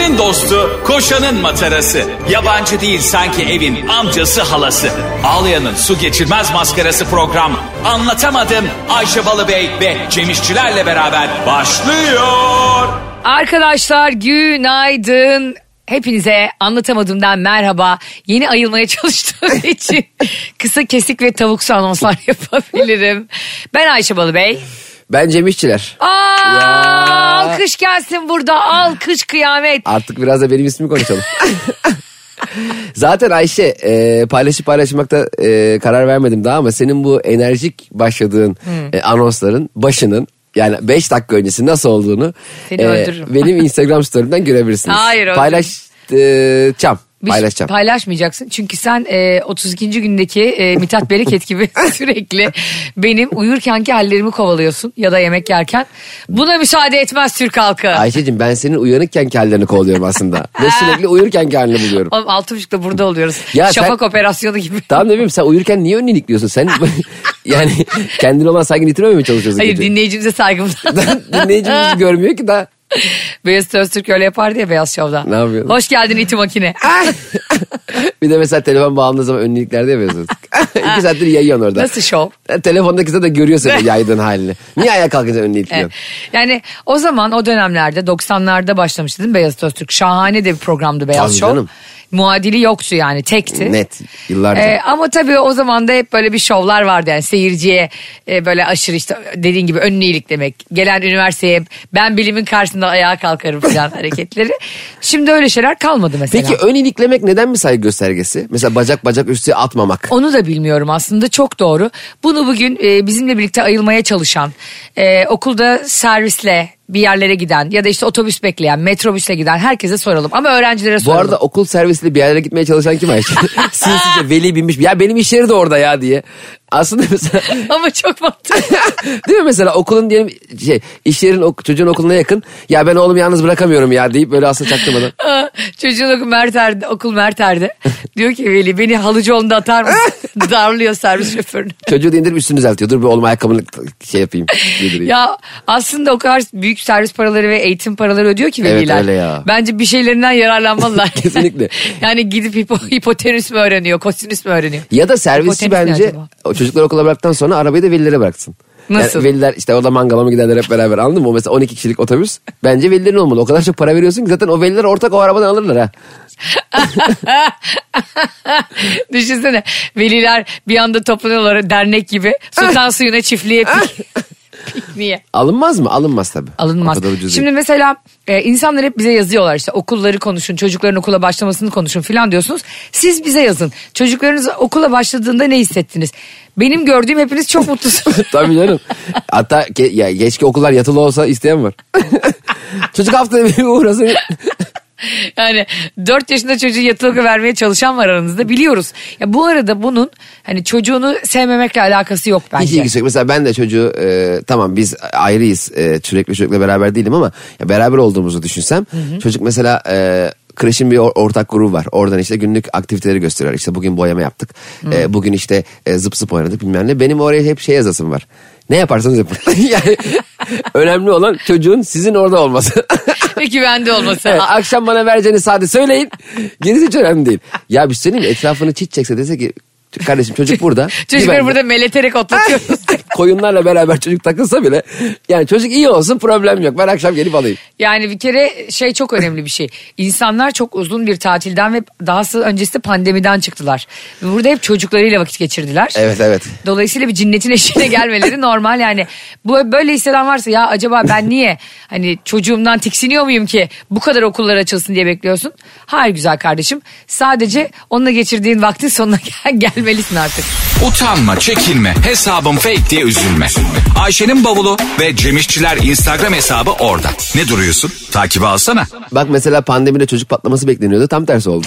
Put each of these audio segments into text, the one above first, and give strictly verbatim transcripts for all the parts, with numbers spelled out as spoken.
Ayşe'nin dostu, koşanın matarası. Yabancı değil sanki evin amcası halası. Ağlayan'ın su geçirmez maskarası program. Anlatamadım Ayşe Balıbey ve Cemişçilerle beraber başlıyor. Arkadaşlar günaydın. Hepinize anlatamadığımdan merhaba. Yeni ayılmaya çalıştığım için kısa kesik ve tavuksu anonslar yapabilirim. Ben Ayşe Balıbey. Ben Cemişçiler. Aa, alkış gelsin burada, alkış kıyamet. Artık biraz da benim ismimi konuşalım. Zaten Ayşe e, paylaşıp paylaşmakta e, karar vermedim daha ama senin bu enerjik başladığın hmm. e, anonsların başının yani beş dakika öncesi nasıl olduğunu e, benim Instagram story'imden görebilirsiniz. Hayır. Paylaşacağım. Paylaşacağım. Paylaşmayacaksın çünkü sen e, otuz ikinci gündeki e, Mithat Bereket gibi sürekli benim uyurkenki hallerimi kovalıyorsun ya da yemek yerken. Buna müsaade etmez Türk halkı. Ayşe'cim ben senin uyanıkken hallerini kovalıyorum aslında ve sürekli uyurken halini buluyorum. Oğlum altı buçukta burada oluyoruz. Ya Şafak sen, operasyonu gibi. Tamam ne bileyim sen uyurken niye önünü ilikliyorsun? Sen yani kendine olan saygını yitirmemeye mi çalışıyorsun? Hayır gece? Dinleyicimize saygımdan. Dinleyicimiz görmüyor ki daha. Beyaz Öztürk öyle yapardı ya Beyaz Şov'da. Ne yapıyordun? Hoş geldin iti makine. Bir de mesela telefon bağlandığı zaman önlüklerde ya Beyaz Öztürk. İki saattir yayıyorsun orada. Nasıl şov? Telefondaki de görüyor seni yaydığın halini. Niye ayağa kalkınca önünü itliyorsun? Evet. Yani o zaman o dönemlerde doksanlarda başlamıştı değil mi Beyaz Öztürk? Şahane de bir programdı Beyaz Şov. Canım. Muadili yoktu yani tekti. Net yıllarca. Ee, ama tabii o zaman da hep böyle bir şovlar vardı yani seyirciye e, böyle aşırı işte dediğin gibi önünü iliklemek. Gelen üniversiteye ben bilimin karşısında ayağa kalkarım falan hareketleri. Şimdi öyle şeyler kalmadı mesela. Peki ön iliklemek neden bir saygı göstergesi? Mesela bacak bacak üstü atmamak. Onu da bilmiyorum aslında çok doğru. Bunu bugün e, bizimle birlikte ayılmaya çalışan e, okulda servisle bir yerlere giden ya da işte otobüs bekleyen, metrobüsle giden herkese soralım. Ama öğrencilere soralım. Bu arada okul servisiyle bir yerlere gitmeye çalışan kim Ayşe? Sinsice veli binmiş. Ya benim iş yeri de orada ya diye. Aslında mesela... Ama çok mantıklı. Değil mi mesela okulun diyelim şey iş yerin çocuğun okuluna yakın. Ya ben oğlumu yalnız bırakamıyorum ya deyip böyle aslında çaktırmadan. Çocuğun okul Merter'de, okul Merter'de. Diyor ki veli beni Halıcıoğlu'nda atar mısın? Darlıyor servis şoförünü. Çocuğu da indirip üstünü düzeltiyor. Dur bir oğlum ayakkabını şey yapayım. Yedireyim. Ya aslında o kadar büyük servis paraları ve eğitim paraları ödüyor ki veliler. Evet öyle ya. Bence bir şeylerinden yararlanmalılar. Kesinlikle. Yani gidip hipo, hipotenüs mü öğreniyor, kosinüs mü öğreniyor? Ya da servisi bence o çocukları okula bıraktıktan sonra arabayı da velilere bıraksın. Nasıl? Yani veliler işte o da mangala mı giderler hep beraber anladın mı? O mesela on iki kişilik otobüs. Bence velilerin olmalı. O kadar çok para veriyorsun ki zaten o veliler ortak o arabadan alırlar ha. Düşünsene veliler bir anda toplanıyorlar dernek gibi. Sultan Suyu'na çiftliğe pikniğe. Alınmaz mı? Alınmaz tabii. Alınmaz. Şimdi değil. Mesela e, insanlar hep bize yazıyorlar işte okulları konuşun, çocukların okula başlamasını konuşun filan diyorsunuz. Siz bize yazın. Çocuklarınız okula başladığında ne hissettiniz? Benim gördüğüm hepiniz çok mutlusunuz. Tabii canım. Hatta ke, ya, keşke okullar yatılı olsa isteyen var. Çocuk haftada bir uğrasın. Yani dört yaşında çocuğu yatılı vermeye çalışan var aranızda biliyoruz. Ya bu arada bunun hani çocuğunu sevmemekle alakası yok bence. Hiç ilgisi yok. Mesela ben de çocuğu e, tamam biz ayrıyız e, sürekli çocukla beraber değilim ama ya beraber olduğumuzu düşünsem hı hı. Çocuk mesela e, kreşin bir ortak grubu var. Oradan işte günlük aktiviteleri gösteriyor. İşte bugün boyama yaptık. Hmm. E, bugün işte e, zıp zıp oynadık bilmem ne. Benim oraya hep şey yazasım var. Ne yaparsanız yapın. Yani önemli olan çocuğun sizin orada olması. Ve güvende olması. Evet, akşam bana vereceğiniz saati söyleyin. Gerisi hiç önemli değil. Ya bir söyleyeyim mi? Etrafını çit çekse dese ki kardeşim çocuk burada. Çocukları burada meleterek otlatıyoruz. Koyunlarla beraber çocuk takılsa bile yani çocuk iyi olsun problem yok. Ben akşam gelip alayım. Yani bir kere şey çok önemli bir şey. İnsanlar çok uzun bir tatilden ve dahası öncesi pandemiden çıktılar. Burada hep çocuklarıyla vakit geçirdiler. Evet evet. Dolayısıyla bir cinnetin eşiğine gelmeleri normal yani. Bu böyle hisseden varsa ya acaba ben niye hani çocuğumdan tiksiniyor muyum ki bu kadar okullar açılsın diye bekliyorsun? Hayır güzel kardeşim. Sadece onunla geçirdiğin vaktin sonuna gel gelmelisin artık. Utanma, çekinme, hesabım fake diye üzülme. Ayşe'nin bavulu ve Cemişçiler Instagram hesabı orada. Ne duruyorsun? Takibi alsana. Bak mesela pandemide çocuk patlaması bekleniyordu. Tam tersi oldu.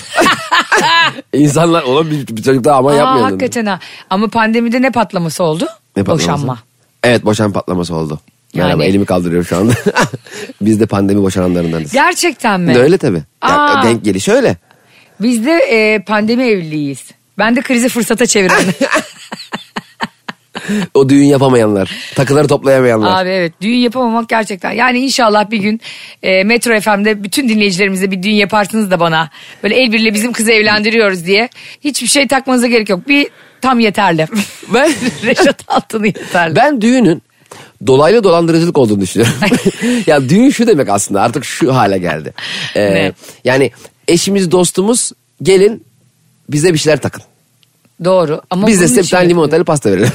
İnsanlar olan bir, bir çocuk daha ama yapmıyordu. Hakikaten ha. Ama pandemide ne patlaması oldu? Ne patlaması? Boşanma. Evet boşanma patlaması oldu. Yani... Merhaba elimi kaldırıyorum şu anda. Biz de pandemi boşananlarındanız. Gerçekten mi? Öyle tabii. Yani denk geliş öyle. Biz de e, pandemi evliliğiyiz. Ben de krizi fırsata çeviren. O düğün yapamayanlar. Takıları toplayamayanlar. Abi evet, düğün yapamamak gerçekten. Yani inşallah bir gün e, Metro F M'de bütün dinleyicilerimize bir düğün yaparsınız da bana. Böyle el birliğiyle bizim kızı evlendiriyoruz diye. Hiçbir şey takmanıza gerek yok. Bir tam yeterli. Ben, Reşat Altın'ı yeterli. ben düğünün dolaylı dolandırıcılık olduğunu düşünüyorum. Ya düğün şu demek aslında, artık şu hale geldi. Ee, Ne? Yani eşimiz, dostumuz, gelin bize bir şeyler takın. Doğru. Ama Biz de bunun size bir için tane yapılıyor. limonatalı pasta verelim.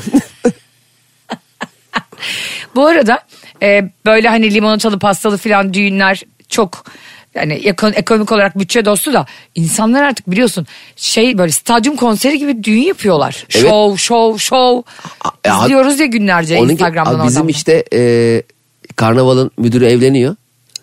Bu arada e, böyle hani limonatalı pastalı falan düğünler çok yani ekon- ekonomik olarak bütçe dostu da insanlar artık biliyorsun şey böyle stadyum konseri gibi düğün yapıyorlar. Evet. Şov şov şov Ya, izliyoruz ya günlerce Onun Instagram'dan gibi, bizim oradan. işte e, karnavalın müdürü evleniyor.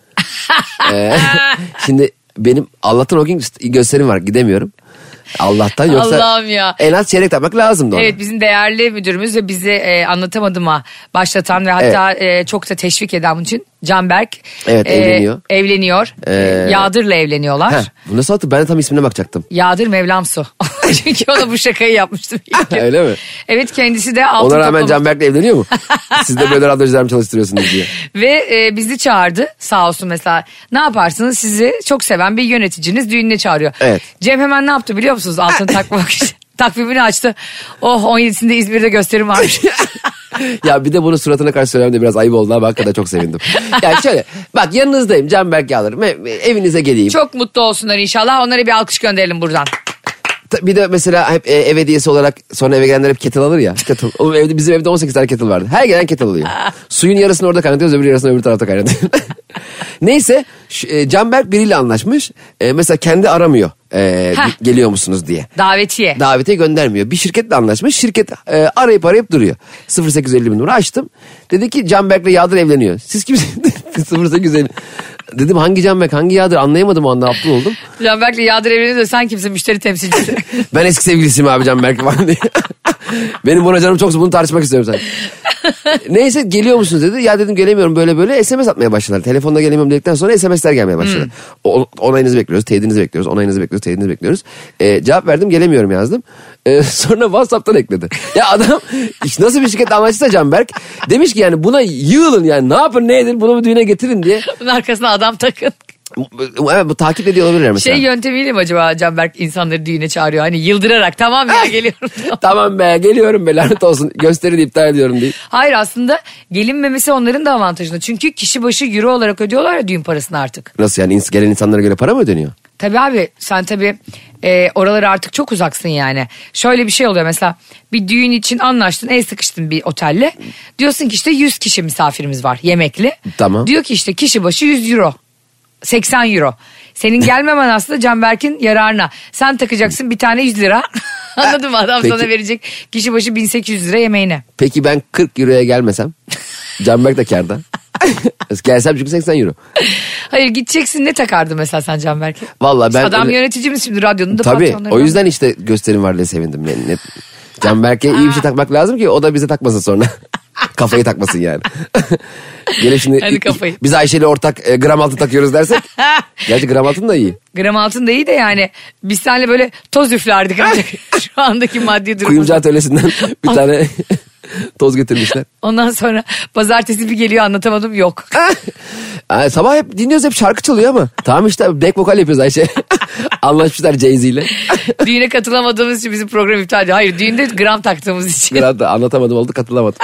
e, şimdi benim Allah'tan o gün gösterim var, gidemiyorum. Allah'tan, yoksa Allah'ım ya. en az çeyrek takmak lazımdı ona. Evet, bizim değerli müdürümüz ve bizi e, anlatamadığıma başlatan ve hatta e, çok da teşvik eden bunun için Canberk Evet, evleniyor. Evleniyor. Ee, Yağdır'la evleniyorlar. Heh, bu nasıl hatır? Ben de tam ismine bakacaktım. Yağdır Mevlamsu. Çünkü ona bu şakayı yapmıştım. ilk gün. Öyle mi? Evet, kendisi de altın Ona rağmen toplama- Canberk'le evleniyor mu? Siz de böyle radyocular mı çalıştırıyorsunuz diye. Ve e, bizi çağırdı sağ olsun mesela. Ne yaparsınız, sizi çok seven bir yöneticiniz düğününe çağırıyor. Evet. Cem hemen ne yaptı biliyor musunuz, altın takmak için? Takvimini açtı. Oh, on yedisinde İzmir'de gösterim varmış. Ya bir de bunu suratına karşı söylemem de biraz ayıp oldu ama hakikaten çok sevindim. Yani şöyle bak, yanınızdayım, Canberk Yağlar'ım, evinize geleyim. Çok mutlu olsunlar inşallah. Onlara bir alkış gönderelim buradan. Bir de mesela hep e, ev hediyesi olarak sonra eve gelenler hep kettle alır ya. Kettle. Oğlum evde, bizim evde on sekiz tane kettle vardı. Her gelen kettle alıyor. Suyun yarısını orada kaynatıyoruz, öbür yarısını öbür tarafta kaynatıyoruz. Neyse şu, e, Canberk biriyle anlaşmış. E, mesela kendi aramıyor e, Heh. geliyor musunuz diye. Davetiye. Davetiye göndermiyor. Bir şirketle anlaşmış. Şirket e, arayıp arayıp duruyor. sıfır sekiz elli bin numara açtım. Dedi ki Canberk'le Yağdır evleniyor. Siz kimsiniz? sıfır sekiz elli. Dedim hangi Canberk, hangi Yağdır, anlayamadım o anda, aptal oldum. Canberk'le Yağdır evleniyor da sen kimsin, müşteri temsilcisi? Ben eski sevgilisiyim abi Canberk falan diye. Benim buna canım çoksa bunu tartışmak istiyorum sen. Neyse, geliyor musunuz dedi. Ya dedim gelemiyorum, böyle böyle S M S atmaya başladılar. Telefonda gelemiyorum dedikten sonra S M S'ler gelmeye başladı. Hmm. O, onayınızı bekliyoruz, teyidinizi bekliyoruz, onayınızı bekliyoruz, teyidinizi bekliyoruz. Ee, cevap verdim, gelemiyorum yazdım. Ee, sonra WhatsApp'tan ekledi. Ya adam nasıl bir şirketle anlaştıysa Canberk demiş ki yani buna yığılın, yani ne yapın ne edin, bunu bir düğüne getirin diye. Bunun arkasına adam takın. Evet, bu takip ediyor olabilirler mesela. Şey yöntemiyle mi acaba Canberk insanları düğüne çağırıyor? Hani yıldırarak tamam ya geliyorum. Tamam be, geliyorum be, lanet olsun, gösteri de iptal ediyorum diye. Hayır, aslında gelinmemesi onların da avantajında. Çünkü kişi başı euro olarak ödüyorlar ya düğün parasını artık. Nasıl yani, ins- gelen insanlara göre para mı ödeniyor? Tabii abi, sen tabii e, oralara artık çok uzaksın yani. Şöyle bir şey oluyor mesela, bir düğün için anlaştın, el sıkıştın bir otelle. Diyorsun ki işte yüz kişi misafirimiz var yemekli. Tamam. Diyor ki işte kişi başı yüz euro. seksen euro. Senin gelmemen aslında Canberk'in yararına. Sen takacaksın bir tane yüz lira. Anladın mı? Adam Peki. sana verecek kişi başı bin sekiz yüz lira yemeğine. Peki ben kırk euroya gelmesem? Canberk de kârda. Gelsem çünkü seksen euro. Hayır, gideceksin, ne takardı mesela sen Canberk'e? Vallahi ben Adam öyle- yöneticimiz şimdi, radyonun da Tabii, patronları. o yüzden işte gösterim var diye sevindim. Yani net. Canberk'e iyi bir şey takmak lazım ki o da bize takmasın sonra. Kafayı takmasın yani. Gene şimdi Hadi kafayı. biz Ayşe'yle ortak e, gram altın takıyoruz dersek. Gerçi gram altın da iyi. Gram altın da iyi de yani biz seninle böyle toz üflerdik ancak şu andaki maddi Kuyumcu durumda. atölyesinden bir tane toz getirmişler. Ondan sonra pazartesi bir geliyor, anlatamadım, yok. Yani sabah hep dinliyoruz, hep şarkı çalıyor ama. Tamam işte back vokal yapıyoruz Ayşe. Anlaşmışlar Jay-Z ile. Düğüne katılamadığımız için bizim program iptal ediyor. Hayır, düğünde gram taktığımız için. Gram da anlatamadım oldu, katılamadım.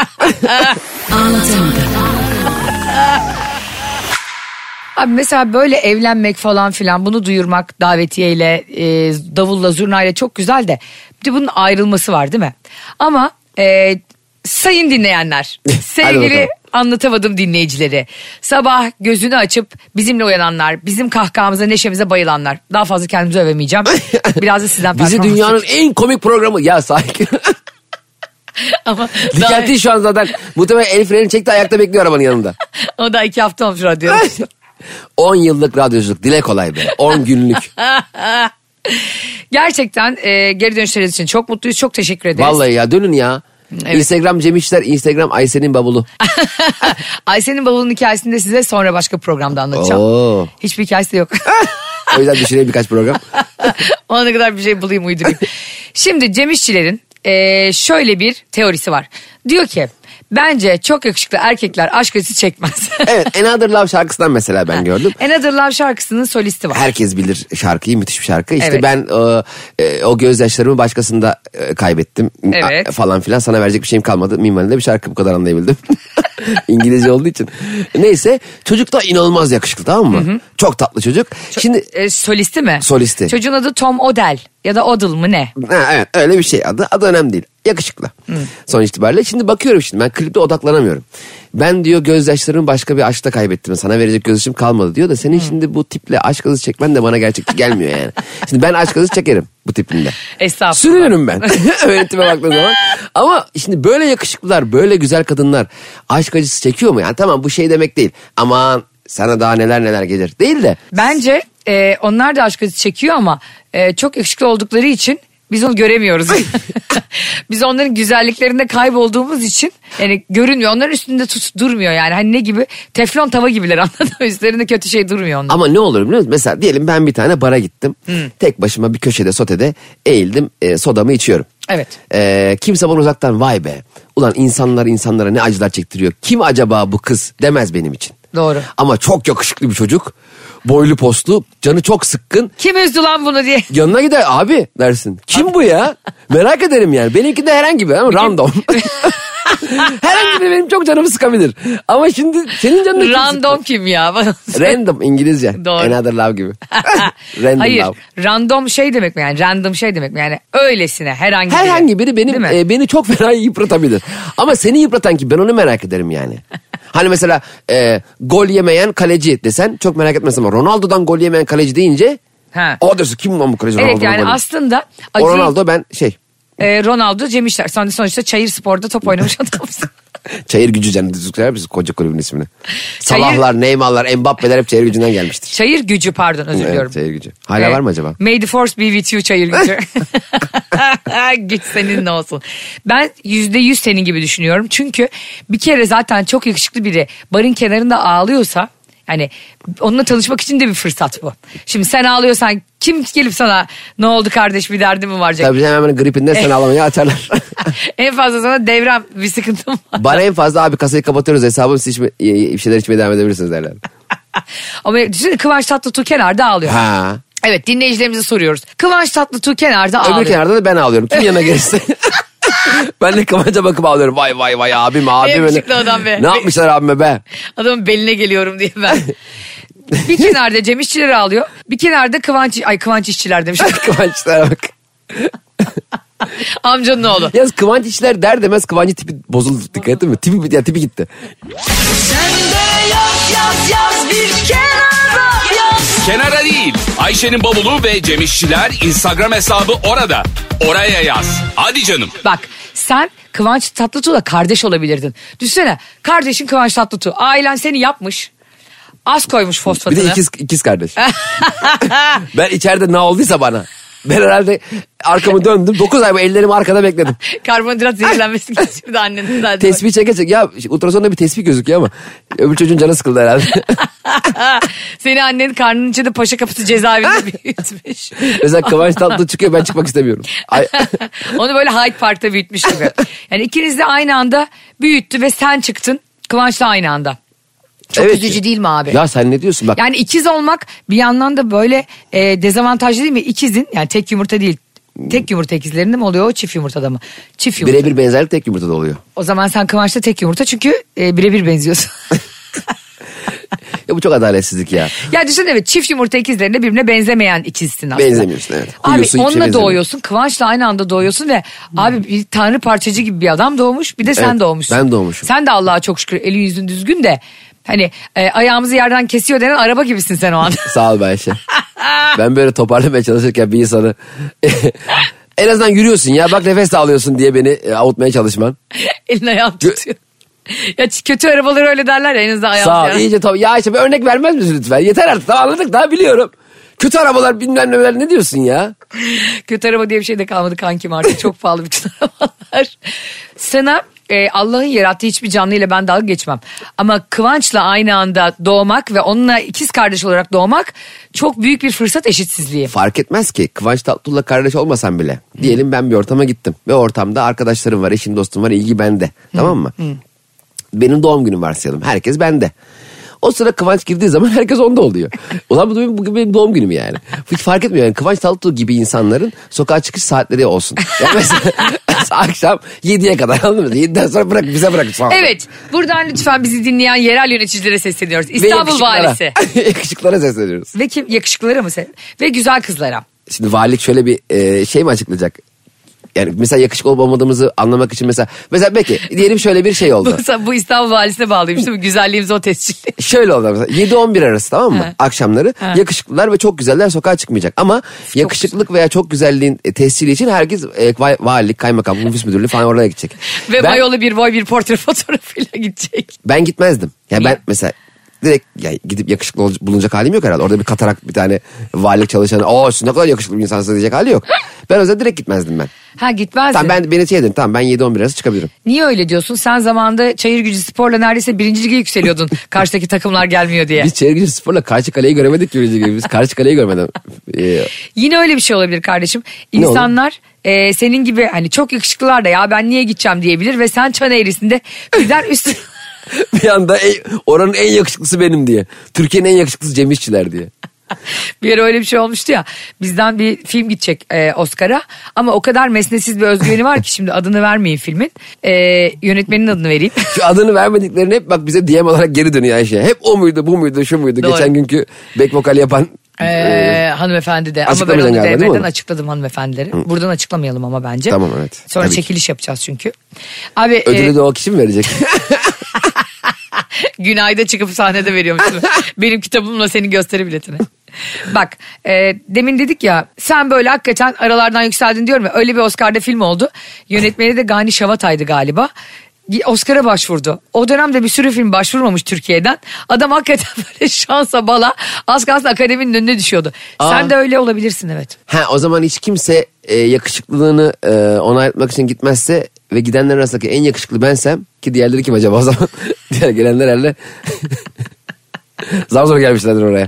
Abi mesela böyle evlenmek falan filan, bunu duyurmak davetiyeyle, e, davulla, zurnayla çok güzel de bir de bunun ayrılması var değil mi? Ama e, sayın dinleyenler, sevgili bakalım. anlatamadım dinleyicileri, sabah gözünü açıp bizimle uyananlar, bizim kahkahamıza, neşemize bayılanlar, daha fazla kendimizi övemeyeceğim. Biraz da sizden Bizi performans dünyanın bekliyorum. en komik programı. Ya sakin. Ama Dikentin şu an zaten muhtemelen el freni çekti, ayakta bekliyor arabanın yanında. o da iki hafta olmuş radyo. on yıllık radyoculuk, dile kolay be. on günlük. Gerçekten e, geri dönüşleriniz için çok mutluyuz. Çok teşekkür ederiz. Vallahi ya, dönün ya. Evet. Instagram Cem İşler, Instagram Ayşe'nin bavulu. Ayşe'nin bavulunun hikayesini de size sonra başka programda anlatacağım. Oo. Hiçbir hikayesi de yok. O yüzden düşüneyim birkaç program. Ona kadar bir şey bulayım, uydurayım. Şimdi Cem İşçilerin e, şöyle bir teorisi var. Diyor ki bence çok yakışıklı erkekler aşk acısı çekmez. Evet, Another Love şarkısından mesela ben gördüm. Another Love şarkısının solisti var. Herkes bilir şarkıyı, müthiş bir şarkı. İşte Evet. ben o, e, o gözyaşlarımı başkasında e, kaybettim Evet. A- falan filan, sana verecek bir şeyim kalmadı. Minvalinde bir şarkı, bu kadar anlayabildim. İngilizce olduğu için. Neyse, çocuk da inanılmaz yakışıklı, tamam mı? Hı hı. Çok tatlı çocuk. Şimdi E, solisti mi? Solisti. Çocuğun adı Tom Odell ya da Odell mı ne? ha, evet, öyle bir şey, adı adı önemli değil. Yakışıklı. Hı. Sonuç itibariyle şimdi bakıyorum, şimdi ben klipte odaklanamıyorum. Ben diyor gözyaşlarımı başka bir aşkta kaybettim. Sana verecek gözyaşım kalmadı diyor da senin Hı. şimdi bu tiple aşk acısı çekmen de bana gerçekçi gelmiyor yani. Şimdi ben aşk acısı çekerim bu tipinde. Estağfurullah. Sürünürüm ben. Öyle tipe baktığın zaman. Ama şimdi böyle yakışıklılar, böyle güzel kadınlar aşk acısı çekiyor mu? Yani tamam, bu şey demek değil. Aman sana daha neler neler gelir. Değil de. Bence e, onlar da aşk acısı çekiyor ama e, çok yakışıklı oldukları için biz onu göremiyoruz. Biz onların güzelliklerinde kaybolduğumuz için yani görünmüyor. Onların üstünde tut durmuyor yani. Hani ne gibi? Teflon tava gibiler, anladın mı? Üstlerinde kötü şey durmuyor onların. Ama ne olur biliyor musun? Mesela diyelim ben bir tane bara gittim. Hmm. Tek başıma bir köşede, sotede eğildim. E, sodamı içiyorum. Evet. E, kimse bana uzaktan vay be. Ulan insanlar insanlara ne acılar çektiriyor. Kim acaba bu kız demez benim için. Doğru. Ama çok yakışıklı bir çocuk. Boylu postlu, canı çok sıkkın. Kim üzdü lan bunu diye. Yanına gider abi dersin. Kim bu ya? Merak ederim yani. Benimki de herhangi bir ama random. Herhangi biri benim çok canımı sıkabilir. Ama şimdi senin canını kim Random sıkar? kim ya? Random İngilizce. Doğru. Another Love gibi. Random Hayır, love. random şey demek mi yani? Random şey demek mi yani? Öylesine herhangi biri. Herhangi biri benim e, beni çok fena yıpratabilir. Ama seni yıpratan ki, ben onu merak ederim yani. Hani mesela e, gol yemeyen kaleci desen çok merak etmez ama Ronaldo'dan gol yemeyen kaleci deyince Ha. o dersin kim lan bu kaleci? Evet Ronaldo'dan yani gol yedi. aslında O acı, Ronaldo, ben şey e, Ronaldo Cem İşler. Son- Sonuçta Çayır Spor'da top oynamış adamsın. Çayır Gücü canı düzgün misin koca kulübün ismini? Çayır- Salahlar, Neymar'lar, Mbappe'ler hep Çayır Gücü'nden gelmiştir. Çayır Gücü, pardon, özür diliyorum. Evet, Çayır Gücü. Hala Ee, var mı acaba? May the force be with you Çayır Gücü. Güç seninle olsun. Ben yüzde yüz senin gibi düşünüyorum. Çünkü bir kere zaten çok yakışıklı biri barın kenarında ağlıyorsa, yani onunla tanışmak için de bir fırsat bu. Şimdi sen ağlıyorsan kim gelip sana ne oldu kardeş, bir derdin mi var? Tabii hemen hemen gripinden sen ağlamaya atarlar. En fazla sana devrem bir sıkıntım var. Bana en fazla abi kasayı kapatıyoruz, hesabım, siz içme, bir şeyler içmeye devam edebilirsiniz derler. Ama düşünsene, Kıvanç Tatlıtuğ kenarda ağlıyor. Ha. Evet, dinleyicilerimize soruyoruz. Kıvanç Tatlıtuğ kenarda ağlıyor. Öbür kenarda da ben ağlıyorum. Kim yanına gelirse. Ben de Kıvanç'a bakıp ağlıyorum. Vay vay vay abim abim. Yakışıklı adam be. Ne yapmışlar abime be? Adamın beline geliyorum diye ben. Bir kenarda Cem İşçiler ağlıyor. Bir kenarda Kıvanç, ay Kıvanç İşçiler demiş. Kıvançlara bak. Amcanın oğlu. Yalnız Kıvanç işler der demez Kıvanç'ın tipi bozuldu, dikkat ettin mi? Tipi, ya, tipi gitti. Kenara değil. Ayşe'nin bavulu ve Cem İşçiler Instagram hesabı orada. Oraya yaz. Hadi canım. Bak, sen Kıvanç Tatlıtuğ'la kardeş olabilirdin. Düşünsene, kardeşin Kıvanç Tatlıtuğ. Ailen seni yapmış. Az koymuş Bir fosfatını. de ikiz, ikiz kardeş. Ben içeride ne olduysa bana. Ben herhalde arkamı döndüm. dokuz ay bu ellerimi arkada bekledim. Karbonhidrat zehirlenmesi geçirdi annenin zaten. Tespih çeke çeke. Ya ultrasonda bir tespih gözüküyor ama öbür çocuğun canı sıkıldı herhalde. Seni annen karnının içinde Paşa Kapısı cezaevinde büyütmüş. Mesela Kıvanç Tatlıtuğ çıkıyor, ben çıkmak istemiyorum. Ay. Onu böyle Hyde Park'ta büyütmüş gibi. Yani ikiniz de aynı anda büyüttü ve sen çıktın Kıvanç'la aynı anda. Çok Evet. üzücü değil mi abi? Ya sen ne diyorsun bak. Yani ikiz olmak bir yandan da böyle e, dezavantajlı değil mi? İkizin, yani tek yumurta değil. Tek yumurta ikizlerinde mi oluyor, o çift yumurtada mı? Çift yumurta. Birebir benzerlik tek yumurtada oluyor. O zaman sen Kıvanç'ta tek yumurta, çünkü e, birebir benziyorsun. Ya bu çok adaletsizlik ya. Ya düşün, evet, çift yumurta ikizlerinde birbirine benzemeyen ikizsin aslında. Benzemiyorsun, evet. Abi Uyuyorsun, hiçbir şey onunla benzemiyor. doğuyorsun, Kıvanç'la aynı anda doğuyorsun ve abi bir tanrı parçacı gibi bir adam doğmuş, bir de sen Evet, doğmuşsun. ben doğmuşum. Sen de Allah'a çok şükür elin yüzün düzgün de hani e, ayağımızı yerden kesiyor denen araba gibisin sen o anda. Sağ ol be Ayşe. Ben böyle toparlamaya çalışırken bir insanı en azından yürüyorsun ya, bak nefes de alıyorsun diye beni e, avutmaya çalışman. Elin ayağını tutuyor. Ya kötü arabaları öyle derler ya, en azından ayağımızı Sağ ol, yerden. iyice tabii. Ya Ayşe bir örnek vermez misin lütfen? Yeter artık, tamam, anladık, daha biliyorum. Kötü arabalar bilmem neler, ne diyorsun ya? Kötü araba diye bir şey de kalmadı kankim, artık çok pahalı bütün arabalar. Sana e, Allah'ın yarattığı hiçbir canlıyla ben dalga geçmem. Ama Kıvanç'la aynı anda doğmak ve onunla ikiz kardeş olarak doğmak çok büyük bir fırsat eşitsizliği. Fark etmez ki Kıvanç Tatlıtuğ'la kardeş olmasam bile. Diyelim ben bir ortama gittim ve ortamda arkadaşlarım var, eşim dostum var, ilgi bende. Hı. Tamam mı? Hı. Benim doğum günüm varsayalım. Herkes bende. O sıra Kıvanç girdiği zaman herkes onda oluyor. Ulan bu benim, bugün benim doğum günüm yani. Hiç fark etmiyor yani. Kıvanç Tatlıtuğ gibi insanların sokağa çıkış saatleri olsun. Yani mesela, mesela akşam yediye kadar, anladın mı? yediden sonra bırak, bize bırak. Sonra. Evet. Buradan lütfen bizi dinleyen yerel yöneticilere sesleniyoruz. İstanbul valisi. Yakışıklara sesleniyoruz. Ve kim? Yakışıklılara mı? Ve güzel kızlara. Şimdi valilik şöyle bir e, şey mi açıklayacak? Yani mesela yakışıklı olup olmadığımızı anlamak için mesela. Mesela belki diyelim şöyle bir şey oldu. bu, bu İstanbul valisine bağlıymış değil mi? Güzelliğimiz o tescilli. Şöyle oldu mesela yedi on bir arası, tamam mı? Ha. Akşamları ha. yakışıklılar ve çok güzeller sokağa çıkmayacak. Ama çok yakışıklık güzel. Veya çok güzelliğin tescili için herkes e, valilik, kaymakam, nüfus müdürlüğü falan oraya gidecek. Ve ben, mayolu bir boy bir portre fotoğrafıyla gidecek. Ben gitmezdim. Yani ben mesela direkt yani gidip yakışıklı bulunacak halim yok herhalde. Orada bir katarak bir tane valilik çalışanı, "Aa siz ne kadar yakışıklı bir insansınız" diyecek hali yok. Ben o yüzden direkt gitmezdim ben. Ha gitmezdin. Tamam ben beni şey dedim, tamam ben yedi on bir arası çıkabilirim. Niye öyle diyorsun? Sen zamanında Çayırgücü Spor'la neredeyse birinci lige yükseliyordun. Karşıdaki takımlar gelmiyor diye. Biz Çayırgücü Spor'la karşı kaleyi göremedik ki birinci lige. Biz karşı kaleyi görmedim. Ee... Yine öyle bir şey olabilir kardeşim. İnsanlar e, senin gibi hani çok yakışıklılar da ya ben niye gideceğim diyebilir ve sen çan eğrisinde gider üstüne... Bir anda en, oranın en yakışıklısı benim diye. Türkiye'nin en yakışıklısı Cem İşçiler diye. Bir ara öyle bir şey olmuştu ya. Bizden bir film gidecek e, Oscar'a. Ama o kadar mesnetsiz bir özgüveni var ki şimdi adını vermeyin filmin. E, yönetmenin adını vereyim. Şu adını vermediklerini hep bak bize D M olarak geri dönüyor Ayşe. Hep o muydu, bu muydu, şu muydu? Doğru. Geçen günkü back vokal yapan... Ee, e, hanımefendi de ama ben onu D M'den açıkladım hanımefendileri. Hı. Buradan açıklamayalım ama bence. Tamam evet. Sonra tabii çekiliş ki. yapacağız çünkü. Abi, ödülü e... de o kişi mi verecek? Günay'da çıkıp sahnede veriyormuşsun. Benim kitabımla senin gösteri biletini. Bak e, demin dedik ya sen böyle hakikaten aralardan yükseldin diyorum ya, öyle bir Oscar'da film oldu. Yönetmeni de Gani Şavatay'dı galiba. Oscar'a başvurdu. O dönemde bir sürü film başvurmamış Türkiye'den. Adam hakikaten böyle şansa bala az kalsın akademinin önüne düşüyordu. Aa. Sen de öyle olabilirsin evet. Ha o zaman hiç kimse e, yakışıklılığını e, onaylatmak için gitmezse ve gidenler arasındaki en yakışıklı bensem ki diğerleri kim acaba o zaman? Diğer gelenler herhalde zar zor gelmişlerdir oraya.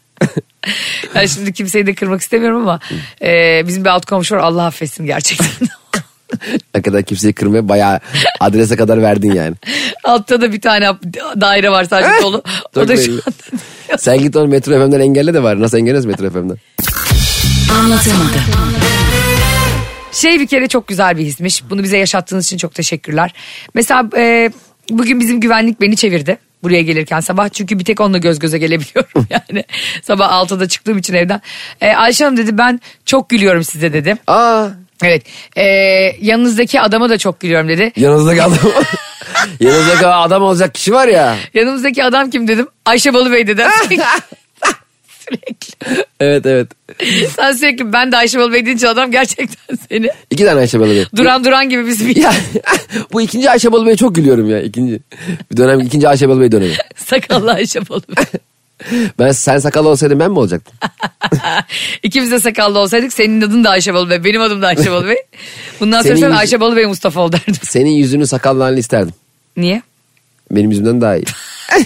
Yani şimdi kimseyi de kırmak istemiyorum ama e, bizim bir alt komşu var, Allah affetsin gerçekten. Ne kadar kimseyi kırmaya bayağı adrese kadar verdin yani. Altta da bir tane daire var sadece dolu. O da şu anda. Sen git onu Metro F M'den engelle de var. Nasıl engelliyoruz Metro F M'den? Anlatamadım. Şey bir kere çok güzel bir hismiş. Bunu bize yaşattığınız için çok teşekkürler. Mesela e, bugün bizim güvenlik beni çevirdi. Buraya gelirken sabah, çünkü bir tek onunla göz göze gelebiliyorum yani. Sabah altıda çıktığım için evden. E, Ayşe Hanım dedi, ben çok gülüyorum size dedi. Aa. Evet. E, yanınızdaki adama da çok gülüyorum dedi. Yanınızdaki adam yanınızdaki adam olacak kişi var ya. Yanımızdaki adam kim dedim. Ayşe Balıbey dedi. Sürekli. Evet evet. Sen sürekli ben de Ayşe Balıbey deyince adam gerçekten seni. İki tane Ayşe Balıbey. Duran Duran gibi bizim bir. Bu ikinci Ayşe Balıbey'e çok gülüyorum ya. İkinci. Bir dönem ikinci Ayşe Balıbey dönemi. Sakallı Ayşe Balıbey. Ben sen sakallı olsaydın ben mi olacaktım? İkimiz de sakallı olsaydık senin adın da Ayşe Balıbey, benim adım da Ayşe Balıbey. Bundan sonra sen yüz... Ayşe Balıbey Mustafa ol derdim. Senin yüzünü sakallı halini isterdim. Niye? Benim yüzümden daha iyi.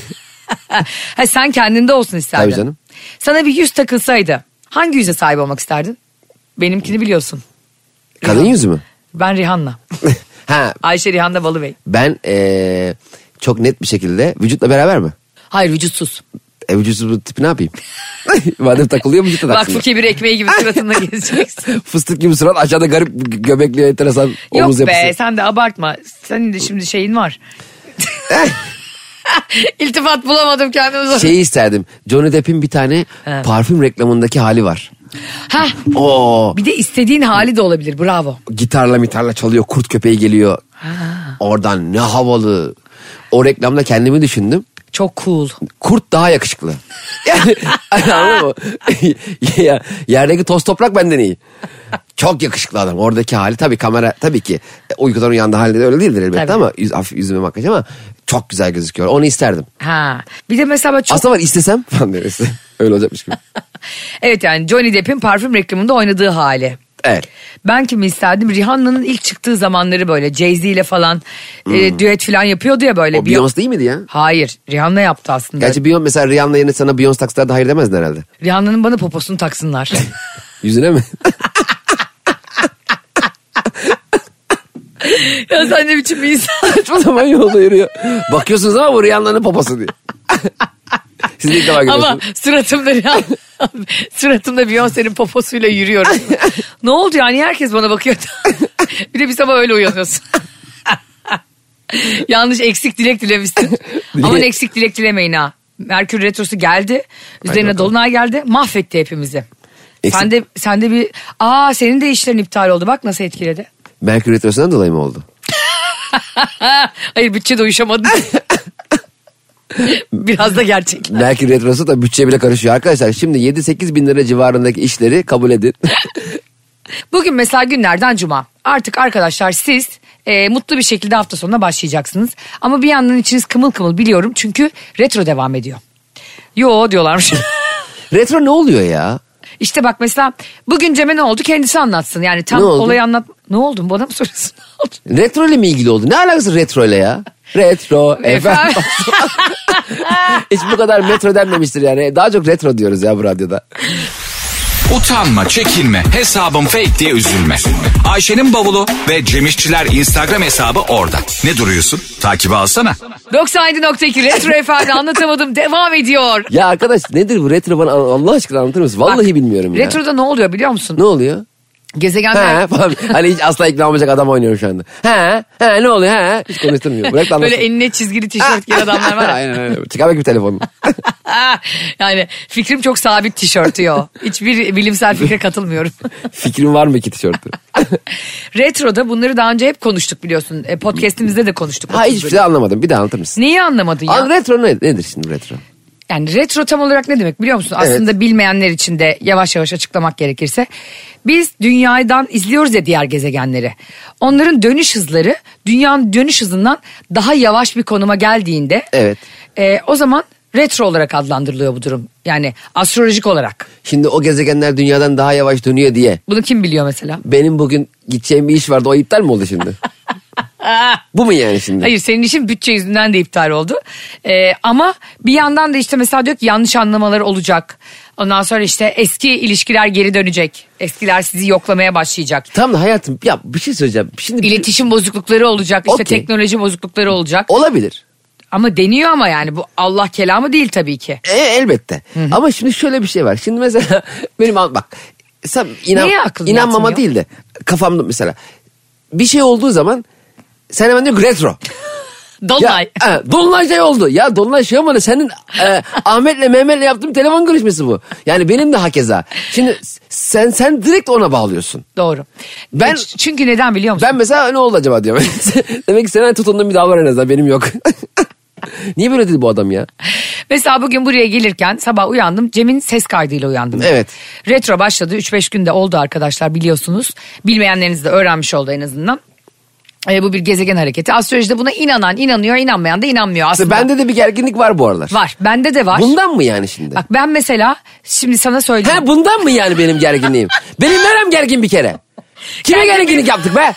Ha, sen kendinde olsun isterdin. Tabii canım. Sana bir yüz takılsaydı hangi yüze sahip olmak isterdin? Benimkini biliyorsun. Kadın Rihanna. yüzü mü? Ben Rihanna. Ha. Ayşe Rihanna Balıbey. Ben ee, çok net bir şekilde vücutla beraber mi? Hayır, vücutsuz. E vücutsuz bu tipi ne yapayım? Madem takılıyor vücutta taksın. Vakfı kebir ekmeği gibi suratında gezeceksin. Fıstık gibi surat, aşağıda garip göbekli enteresan omuz yapısı. Yok be sen de abartma. Senin de şimdi şeyin var. İltifat bulamadım kendime. Şeyi isterdim. Johnny Depp'in bir tane ha. parfüm reklamındaki hali var. Ha. Oo. Bir de istediğin hali de olabilir. Bravo. Gitarla mitarla çalıyor. Kurt köpeği geliyor. Ha. Oradan ne havalı. O reklamda kendimi düşündüm. Çok cool. Kurt daha yakışıklı. Yani anladın mı? Ya, yerdeki toz toprak benden iyi. Çok yakışıklı adam. Oradaki hali tabii kamera tabii ki uykudan uyandığı halde öyle değildir elbette tabii. Ama yüz, hafif yüzüme makyaj ama çok güzel gözüküyor. Onu isterdim. Ha. Bir de mesela çok... Aslında var istesem falan öyle olacakmış gibi. Evet yani Johnny Depp'in parfüm reklamında oynadığı hali. Evet. Ben kimi isterdim? Rihanna'nın ilk çıktığı zamanları böyle Jay-Z ile falan hmm. e, düet falan yapıyordu ya böyle. O Beyoncé değil miydi ya? Hayır, Rihanna yaptı aslında. Gerçi Beyoncé mesela Rihanna yerine sana Beyoncé taksalar da hayır demezdin herhalde. Rihanna'nın bana poposunu taksınlar. Yüzüne mi? Ya sen ne biçim bir insan. Saçma zaman yolda yürüyor. Bakıyorsunuz ama bu Rihanna'nın poposu diye. Siz ilk defa görüyorsunuz. Ama suratımda Rihanna, suratımda Beyoncé'nin poposuyla yürüyorum. Ne oldu yani, herkes bana bakıyor. Bir de bir sabah öyle uyanıyorsun. Yanlış eksik dilek dilemişsin. Aman eksik dilek dilemeyin ha. Merkür Retrosu geldi. Üzerine dolunay geldi. Mahvetti hepimizi. Eksik... Sen de, sen de bir... Aa, senin de işlerin iptal oldu. Bak nasıl etkiledi. Merkür Retrosu'ndan dolayı mı oldu? Hayır, bütçede uyuşamadın. Biraz da gerçek. Merkür Retrosu da bütçe bile karışıyor. Arkadaşlar şimdi yedi sekiz bin lira civarındaki işleri kabul edin. Bugün mesela günlerden cuma. Artık arkadaşlar siz e, mutlu bir şekilde hafta sonuna başlayacaksınız. Ama bir yandan içiniz kımıl kımıl biliyorum. Çünkü retro devam ediyor. Yo diyorlarmış. Retro ne oluyor ya? İşte bak mesela bugün Cem'e ne oldu kendisi anlatsın. Yani tam olayı anlat. Ne oldu, bana mı soruyorsun? Retro ile mi ilgili oldu? Ne alakası retro ile ya? Retro efendim. Hiç bu kadar metro denmemiştir yani. Daha çok retro diyoruz ya bu radyoda. Utanma, çekinme, hesabım fake diye üzülme. Ayşe'nin bavulu ve Cemişçiler Instagram hesabı orada. Ne duruyorsun? Takibi alsana. doksan yedi nokta iki Retro Efendi anlatamadım devam ediyor. Ya arkadaş nedir bu retro, bana Allah aşkına anlatır mısın? Vallahi Bak, bilmiyorum ya. Retroda ne oluyor biliyor musun? Ne oluyor? Gezegenler... He falan. Hani hiç asla ikna olmayacak adam oynuyorum şu anda. He, he ne oluyor he? Hiç konuşturmuyor. Bırak da Böyle eline çizgili tişört giyen adamlar var. Aynen öyle. Çıkar bakayım telefonunu. Yani fikrim çok sabit tişörtü yo. Hiçbir bilimsel fikre katılmıyorum. Fikrin var mı ki tişörtü? Retro'da bunları daha önce hep konuştuk biliyorsun. Podcast'imizde de konuştuk. Ha hiçbir şey anlamadım. Bir daha anlatır mısın? Neyi anlamadın ya? An retro ne, nedir şimdi retro? Yani retro tam olarak ne demek biliyor musun? Evet. Aslında bilmeyenler için de yavaş yavaş açıklamak gerekirse. Biz dünyadan izliyoruz ya diğer gezegenleri. Onların dönüş hızları dünyanın dönüş hızından daha yavaş bir konuma geldiğinde. Evet. E, o zaman retro olarak adlandırılıyor bu durum. Yani astrolojik olarak. Şimdi o gezegenler dünyadan daha yavaş dönüyor diye. Bunu kim biliyor mesela? Benim bugün gideceğim bir iş vardı, o iptal mi oldu şimdi? Bu mu yani şimdi? Hayır, senin işin bütçe yüzünden de iptal oldu. Ee, ama bir yandan da işte mesela diyor ki yanlış anlamalar olacak. Ondan sonra işte eski ilişkiler geri dönecek. Eskiler sizi yoklamaya başlayacak. Tamam da hayatım ya bir şey söyleyeceğim. Şimdi İletişim bozuklukları olacak. İşte okay. Teknoloji bozuklukları olacak. Olabilir. Ama deniyor ama yani bu Allah kelamı değil tabii ki. E, elbette. Hı-hı. Ama şimdi şöyle bir şey var. Şimdi mesela benim bak sen inan, inanmama değil de kafamda mesela bir şey olduğu zaman sen hemen diyor ki retro. Dolunay. Ya, e, Dolunay şey oldu. Ya Dolunay şey olmadı. Senin e, Ahmet'le Mehmet'le yaptığım telefon görüşmesi bu. Yani benim de hakeza. Şimdi sen sen direkt ona bağlıyorsun. Doğru. Ben çünkü neden biliyor musun? Ben mesela ne oldu acaba diyorum. Demek ki senin tutunduğun bir dal var en azından, benim yok. Niye böyle dedi bu adam ya? Mesela bugün buraya gelirken sabah uyandım. Cem'in ses kaydıyla uyandım. Evet. Retro başladı. üç beş günde oldu arkadaşlar, biliyorsunuz. Bilmeyenleriniz de öğrenmiş oldu en azından. E, bu bir gezegen hareketi. Astrolojide buna inanan inanıyor, inanmayan da inanmıyor aslında. Bende de bir gerginlik var bu aralar. Var. Bende de var. Bundan mı yani şimdi? Bak ben mesela şimdi sana söyleyeyim. He, bundan mı yani benim gerginliğim? Benim nerem gergin bir kere? Kime gerginlik yaptık be?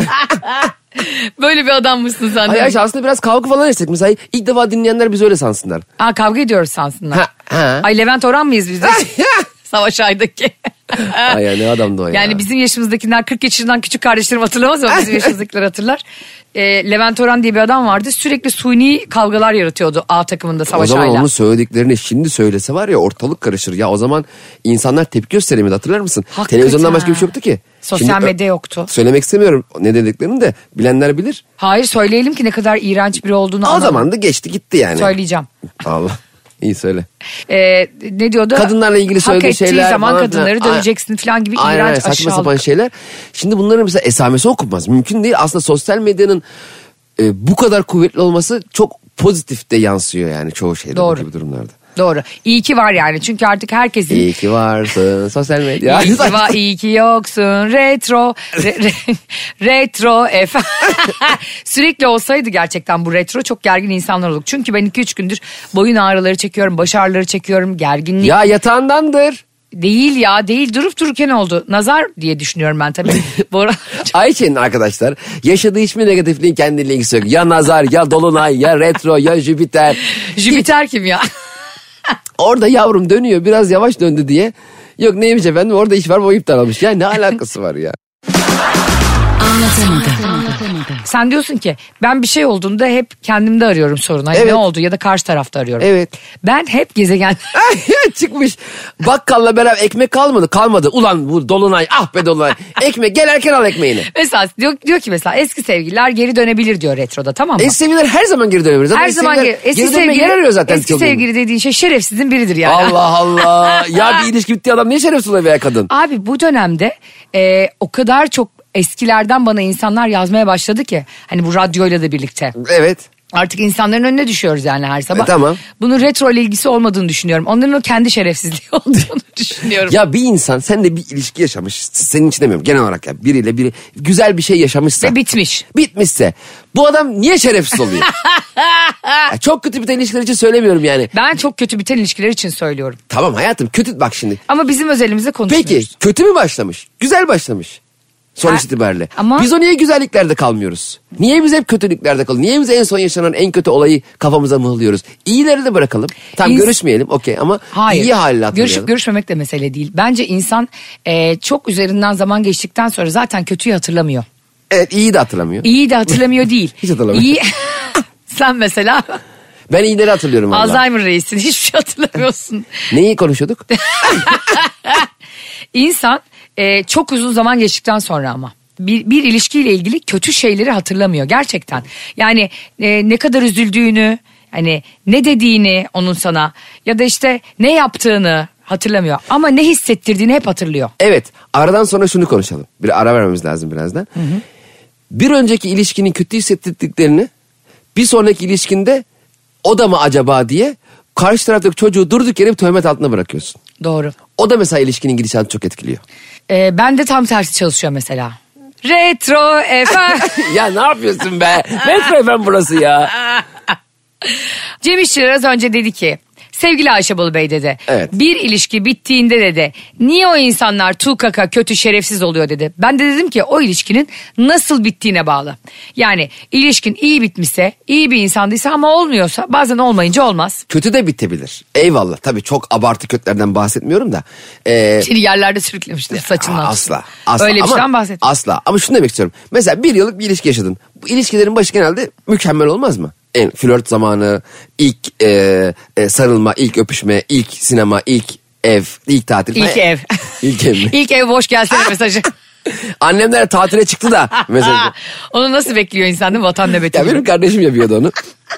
Böyle bir adam mısın sen? Hayır aslında biraz kavga falan etsek. Mesela ilk defa dinleyenler bizi öyle sansınlar. Aa, kavga ediyoruz sansınlar. Ha, ha. Ay Levent Orhan mıyız biz de? Savaş Ay'daki. Ay ya, ne adamdı o ya. Yani bizim yaşımızdakiler kırk yaşından küçük kardeşlerim hatırlamaz ama bizim yaşımızdakiler hatırlar. E, Levent Orhan diye bir adam vardı. Sürekli suni kavgalar yaratıyordu A takımında Savaş Ay'la. O zaman onun söylediklerini şimdi söylese var ya ortalık karışır. Ya o zaman insanlar tepki gösteremedi, hatırlar mısın? Hakikaten. Televizyondan başka bir şey yoktu ki. Sosyal şimdi, medya yoktu. Söylemek istemiyorum ne dediklerini de, bilenler bilir. Hayır, söyleyelim ki ne kadar iğrenç biri olduğunu o anladım. O zaman da geçti gitti yani. Söyleyeceğim. Allah. İyi söyle. Ee, ne diyordu? Kadınlarla ilgili söylediği şeyler. Hak ettiği zaman falan kadınları falan. döveceksin falan gibi aynen, iğrenç saçma aşağılık. sapan şeyler. Şimdi bunların mesela esamesi okunmaz. Mümkün değil. Aslında sosyal medyanın e, bu kadar kuvvetli olması çok pozitif de yansıyor yani çoğu şeyde. Doğru. Bu gibi durumlarda. Doğru. İyi ki var yani. Çünkü artık herkesin... İyi ki varsın sosyal medya. İyi ki var, iyi ki yoksun. Retro. Re, re, retro efendim. Sürekli olsaydı gerçekten bu retro çok gergin insanlar olduk. Çünkü ben iki üç gündür boyun ağrıları çekiyorum, baş ağrıları çekiyorum, gerginlik. Ya yatağındandır. Değil ya değil durup dururken oldu. Nazar diye düşünüyorum ben tabii. Bora... Ayşe'nin arkadaşlar yaşadığı hiçbir negatifliğin kendiyle ilgisi yok. Ya nazar ya dolunay ya retro ya Jüpiter. Jüpiter kim ya? Orada yavrum dönüyor biraz yavaş döndü diye. Yok neymiş efendim orada iş var o iptal olmuş. Ya ne alakası var ya? Anlatamadım. Sen diyorsun ki ben bir şey olduğunda hep kendimde arıyorum sorun. Hani evet. Ne oldu ya da karşı tarafta arıyorum. Evet. Ben hep gezegen. Çıkmış bakkalla beraber ekmek kalmadı kalmadı. Ulan bu dolunay ah be dolunay. Ekmek gel erken al ekmeğini. Mesela diyor, diyor ki mesela eski sevgililer geri dönebilir diyor retroda tamam mı? Eski sevgililer her zaman geri dönebilir. Zaten her zaman geri, eski geri sevgili, yer arıyor zaten. Eski sevgili dediğin şey şerefsizin biridir yani. Allah Allah. Ya bir ilişki bitti adam niye şerefsiz oluyor veya kadın? Abi bu dönemde e, o kadar çok eskilerden bana insanlar yazmaya başladı ki. Hani bu radyoyla da birlikte. Evet. Artık insanların önüne düşüyoruz yani her sabah. E, tamam. Bunun retro ile ilgisi olmadığını düşünüyorum. Onların o kendi şerefsizliği olduğunu düşünüyorum. Ya bir insan sen de bir ilişki yaşamış. Senin için demiyorum genel olarak ya. Biriyle biri güzel bir şey yaşamışsa. Ve bitmiş. Bitmişse. Bu adam niye şerefsiz oluyor? Ya çok kötü biten ilişkiler için söylemiyorum yani. Ben çok kötü biten ilişkiler için söylüyorum. Tamam hayatım kötü bak şimdi. Ama bizim özelimizde konuşmuyoruz. Peki kötü mü başlamış? Güzel başlamış. Sonuç Ha, itibariyle. ama- Biz o niye güzelliklerde kalmıyoruz? Niye biz hep kötülüklerde kalıyoruz? Niye biz en son yaşanan en kötü olayı kafamıza mıhlıyoruz? İyileri de bırakalım. Tam İns- görüşmeyelim okey ama Hayır. iyi haliyle hatırlayalım. Görüşüp görüşmemek de mesele değil. Bence insan e, çok üzerinden zaman geçtikten sonra zaten kötüyü hatırlamıyor. Evet iyi de hatırlamıyor. İyi de hatırlamıyor değil. Hiç hatırlamıyor. İyi... Sen mesela Ben iyileri hatırlıyorum valla. Alzheimer reisin hiçbir şey hatırlamıyorsun. Neyi konuşuyorduk? İnsan e, çok uzun zaman geçtikten sonra ama bir, bir ilişkiyle ilgili kötü şeyleri hatırlamıyor gerçekten. Yani e, ne kadar üzüldüğünü, hani ne dediğini onun sana ya da işte ne yaptığını hatırlamıyor. Ama ne hissettirdiğini hep hatırlıyor. Evet aradan sonra şunu konuşalım. Bir ara vermemiz lazım birazdan. Hı hı. Bir önceki ilişkinin kötü hissettirdiklerini bir sonraki ilişkinde o da mı acaba diye karşı taraftaki çocuğu durduk yere bir töhmet altına bırakıyorsun. Doğru. O da mesela ilişkinin gidişatını çok etkiliyor. Ee, ben de tam tersi çalışıyor mesela. Retro efendim. Ya ne yapıyorsun be? Retro efendim burası ya. Cem İşçiler az önce dedi ki sevgili Ayşe Balı Bey dedi. Evet. Bir ilişki bittiğinde dedi niye o insanlar tukaka kötü şerefsiz oluyor dedi. Ben de dedim ki o ilişkinin nasıl bittiğine bağlı. Yani ilişkin iyi bitmişse iyi bir insandıysa ama olmuyorsa bazen olmayınca olmaz. Kötü de bitebilir. Eyvallah tabii çok abartı kötülerden bahsetmiyorum da. Ee, Seni yerlerde sürüklemiştir saçından. Asla. asla. Öyle bir Ama şeyden bahset. Asla ama şunu demek istiyorum. Mesela bir yıllık bir ilişki yaşadın. Bu ilişkilerin başı genelde mükemmel olmaz mı? En flört zamanı, ilk e, e, sarılma, ilk öpüşme, ilk sinema, ilk ev, ilk tatil. İlk Ha, ev. İlk ev mi? İlk ev boş gelsene mesajı. Annemler tatile çıktı da mesajı. Onu nasıl bekliyor insan değil mi? Vatan nöbeti Ya gibi. benim kardeşim yapıyordu onu.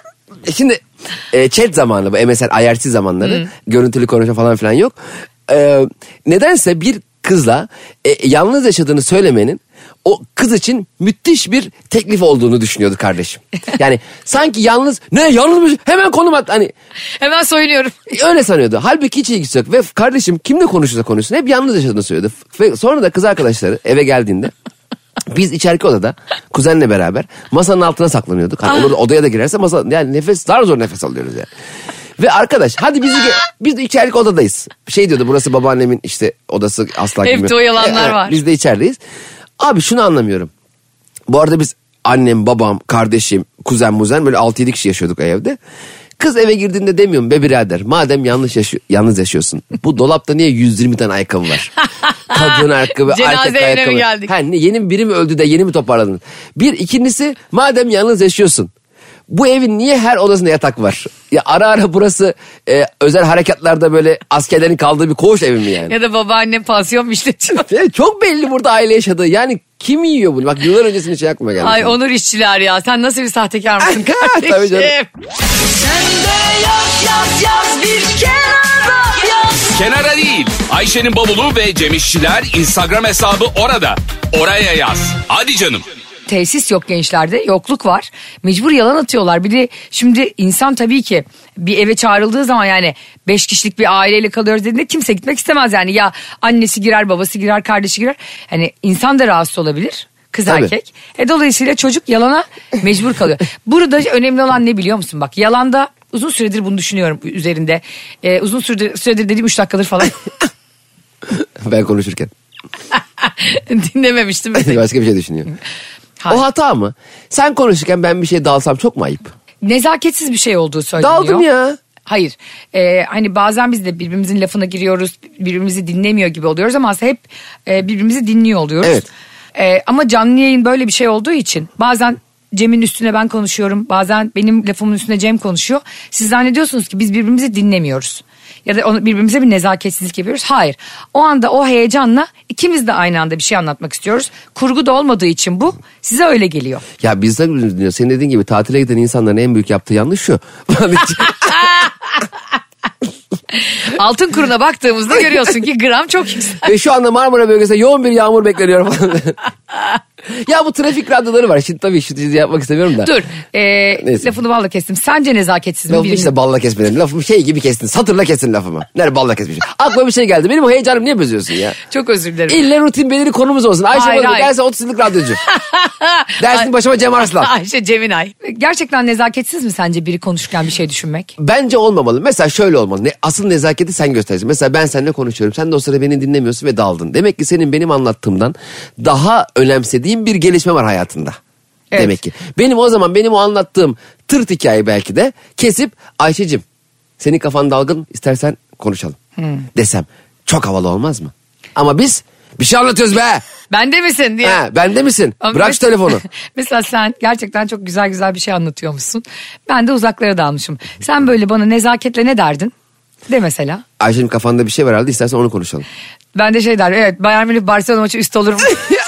E Şimdi e, chat zamanı bu M S N I R C zamanları. Hmm. Görüntülü konuşma falan filan yok. E, nedense bir kızla e, yalnız yaşadığını söylemenin o kız için müthiş bir teklif olduğunu düşünüyordu kardeşim. Yani sanki yalnız ne yalnız mı hemen konum at hani Hemen soyunuyorum. öyle sanıyordu. Halbuki hiç ilgisi yok ve kardeşim kimle konuşursa konuşsun hep yalnız yaşadığını söylüyordu. Ve sonra da kız arkadaşları eve geldiğinde biz içeriki odada kuzenle beraber masanın altına saklanıyorduk. Hani olur odaya da girerse masa yani nefes daha zor nefes alıyoruz yani. Ve arkadaş hadi bizi ge- biz de içeriki odadayız. Şey diyordu burası babaannemin işte odası asla Hep girmiyor. de oyalanlar E, e, var. Biz de içerideyiz. Abi şunu anlamıyorum. Bu arada biz annem, babam, kardeşim, kuzen, muzen böyle altı yedi kişi yaşıyorduk evde. Kız eve girdiğinde demiyorum be birader madem yanlış yaşıyor, yalnız yaşıyorsun. Bu dolapta niye yüz yirmi tane ayakkabı var? Kadın ayakkabı, Cenaze erkek evine ayakkabı. mi geldik? Ha, ne, yeni biri mi öldü de yeni mi toparladın? Bir ikincisi madem yalnız yaşıyorsun. Bu evin niye her odasında yatak var? Ya ara ara burası e, özel harekatlarda böyle askerlerin kaldığı bir koğuş evi mi yani? Ya da babaannem pansiyon mu işletiyor? Ya çok belli burada aile yaşadığı. Yani kim yiyor bunu? Bak yıllar öncesinde şey aklıma geldi. Ay onur işçiler ya. Sen nasıl bir sahtekar mısın Tabii kardeşim? canım. Sen de yaz yaz yaz bir kenara yaz. Kenara değil. Ayşe'nin bavulu ve Cem İşçiler Instagram hesabı orada. Oraya yaz. Hadi canım. Tesis yok gençlerde, yokluk var. Mecbur yalan atıyorlar. Bir de şimdi insan tabii ki bir eve çağrıldığı zaman yani beş kişilik bir aileyle kalıyoruz dediğinde kimse gitmek istemez yani. Ya annesi girer, babası girer, kardeşi girer. Hani insan da rahatsız olabilir. Kız Tabii. erkek. E dolayısıyla çocuk yalana mecbur kalıyor. Burada önemli olan ne biliyor musun? Bak yalanda uzun süredir bunu düşünüyorum üzerinde. Ee, uzun süredir, süredir dediğim üç dakikadır falan. Ben konuşurken. Dinlememiştim. Başka bir şey düşünüyor. Hayır. O hata mı? Sen konuşurken ben bir şeye dalsam çok mu ayıp? Nezaketsiz bir şey olduğu söyleniyor. Daldım ya. Hayır. Ee, hani bazen biz de birbirimizin lafına giriyoruz. Birbirimizi dinlemiyor gibi oluyoruz ama aslında hep e, birbirimizi dinliyor oluyoruz. Evet. Ee, ama canlı yayın böyle bir şey olduğu için bazen Cem'in üstüne ben konuşuyorum. Bazen benim lafımın üstüne Cem konuşuyor. Siz zannediyorsunuz ki biz birbirimizi dinlemiyoruz. Ya da onu, birbirimize bir nezaketsizlik yapıyoruz. Hayır. O anda o heyecanla ikimiz de aynı anda bir şey anlatmak istiyoruz. Kurgu da olmadığı için bu size öyle geliyor. Ya biz de birbirimizi dinliyoruz. Senin dediğin gibi tatile giden insanların en büyük yaptığı yanlış şu. Altın kuruna baktığımızda görüyorsun ki gram çok yüksek. Ve şu anda Marmara bölgesinde yoğun bir yağmur bekleniyor falan. Ya bu trafik radyoları var. Şimdi tabii şu dizi yapmak istemiyorum da. Dur. E, lafını balla kestim. Sence nezaketsiz mi? Lafımı işte balla kesmedin. Lafımı şey gibi kestin. Satırla kesin lafımı. Nerede balla kesmişim. Aklıma bir şey geldi. Benim o heyecanım niye bozuyorsun ya? Çok özür dilerim. İlle rutin belirli konumuz olsun. Ayşe Hayır, Balıbey hayır. derse otuz yıllık radyocu. Dersin başıma Cem Arslan. Ayşe Ceminay. Gerçekten nezaketsiz mi sence biri konuşurken bir şey düşünmek? Bence olmamalı. Mesela şöyle olmalı. Ne, asıl nezaketi sen göstereceksin. Mesela ben seninle konuşuyorum. Sen de o sırada beni dinlemiyorsun ve daldın. Demek ki senin benim anlattığımdan daha önemsediğin bir gelişme var hayatında. Evet. Demek ki. Benim o zaman benim o anlattığım tırt hikayeyi belki de kesip Ayşe'cim senin kafan dalgın istersen konuşalım hmm. desem. Çok havalı olmaz mı? Ama biz bir şey anlatıyoruz be. Bende misin diye. Ha, bende misin? Ama Bırak mes- şu telefonu. Mesela sen gerçekten çok güzel güzel bir şey anlatıyormuşsun. Ben de uzaklara dalmışım. Sen böyle bana nezaketle ne derdin? De mesela. Ayşe'nin kafanda bir şey var herhalde istersen onu konuşalım. Ben de şey derdim. Evet Bayern Münih Barcelona maçı üst olur mu?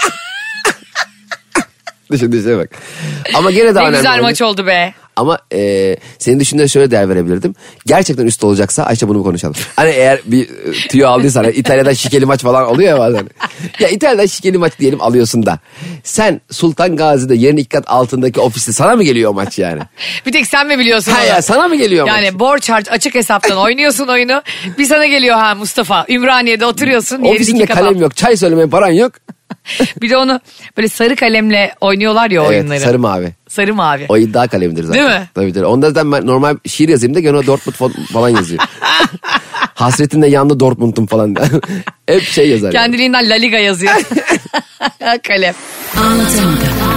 Düşün düşün bak. Ama gene daha ne önemli. güzel oldu. maç oldu be. Ama e, senin düşündüğüne şöyle değer verebilirdim. Gerçekten üst olacaksa Ayşe bunu konuşalım. Hani eğer bir e, tüyo aldıysan hani İtalya'dan şikeli maç falan oluyor ya bazen. Ya İtalya'dan şikeli maç diyelim alıyorsun da. Sen Sultan Gazi'de yerin iki kat altındaki ofiste sana mı geliyor o maç yani? Bir tek sen mi biliyorsun Ha onu? ya sana mı geliyor yani maç? borç harç açık hesaptan oynuyorsun oyunu. Bir sana geliyor ha Mustafa. Ümraniye'de oturuyorsun. yerin Ofisinde iki kat kalem alt. yok, çay söylemeye paran yok. Bir de onu böyle sarı kalemle oynuyorlar ya oyunları. Evet sarı mavi. Sarı mavi. O iddia kalemidir zaten. Değil mi? Tabii tabii. Onda zaten ben normal şiir yazayım da gene o Dortmund falan yazıyor. Hasretinde yandı Dortmund'um falan. Hep şey yazar. Kendiliğinden yani. La Liga yazıyor. Kalem. Anlatamadım.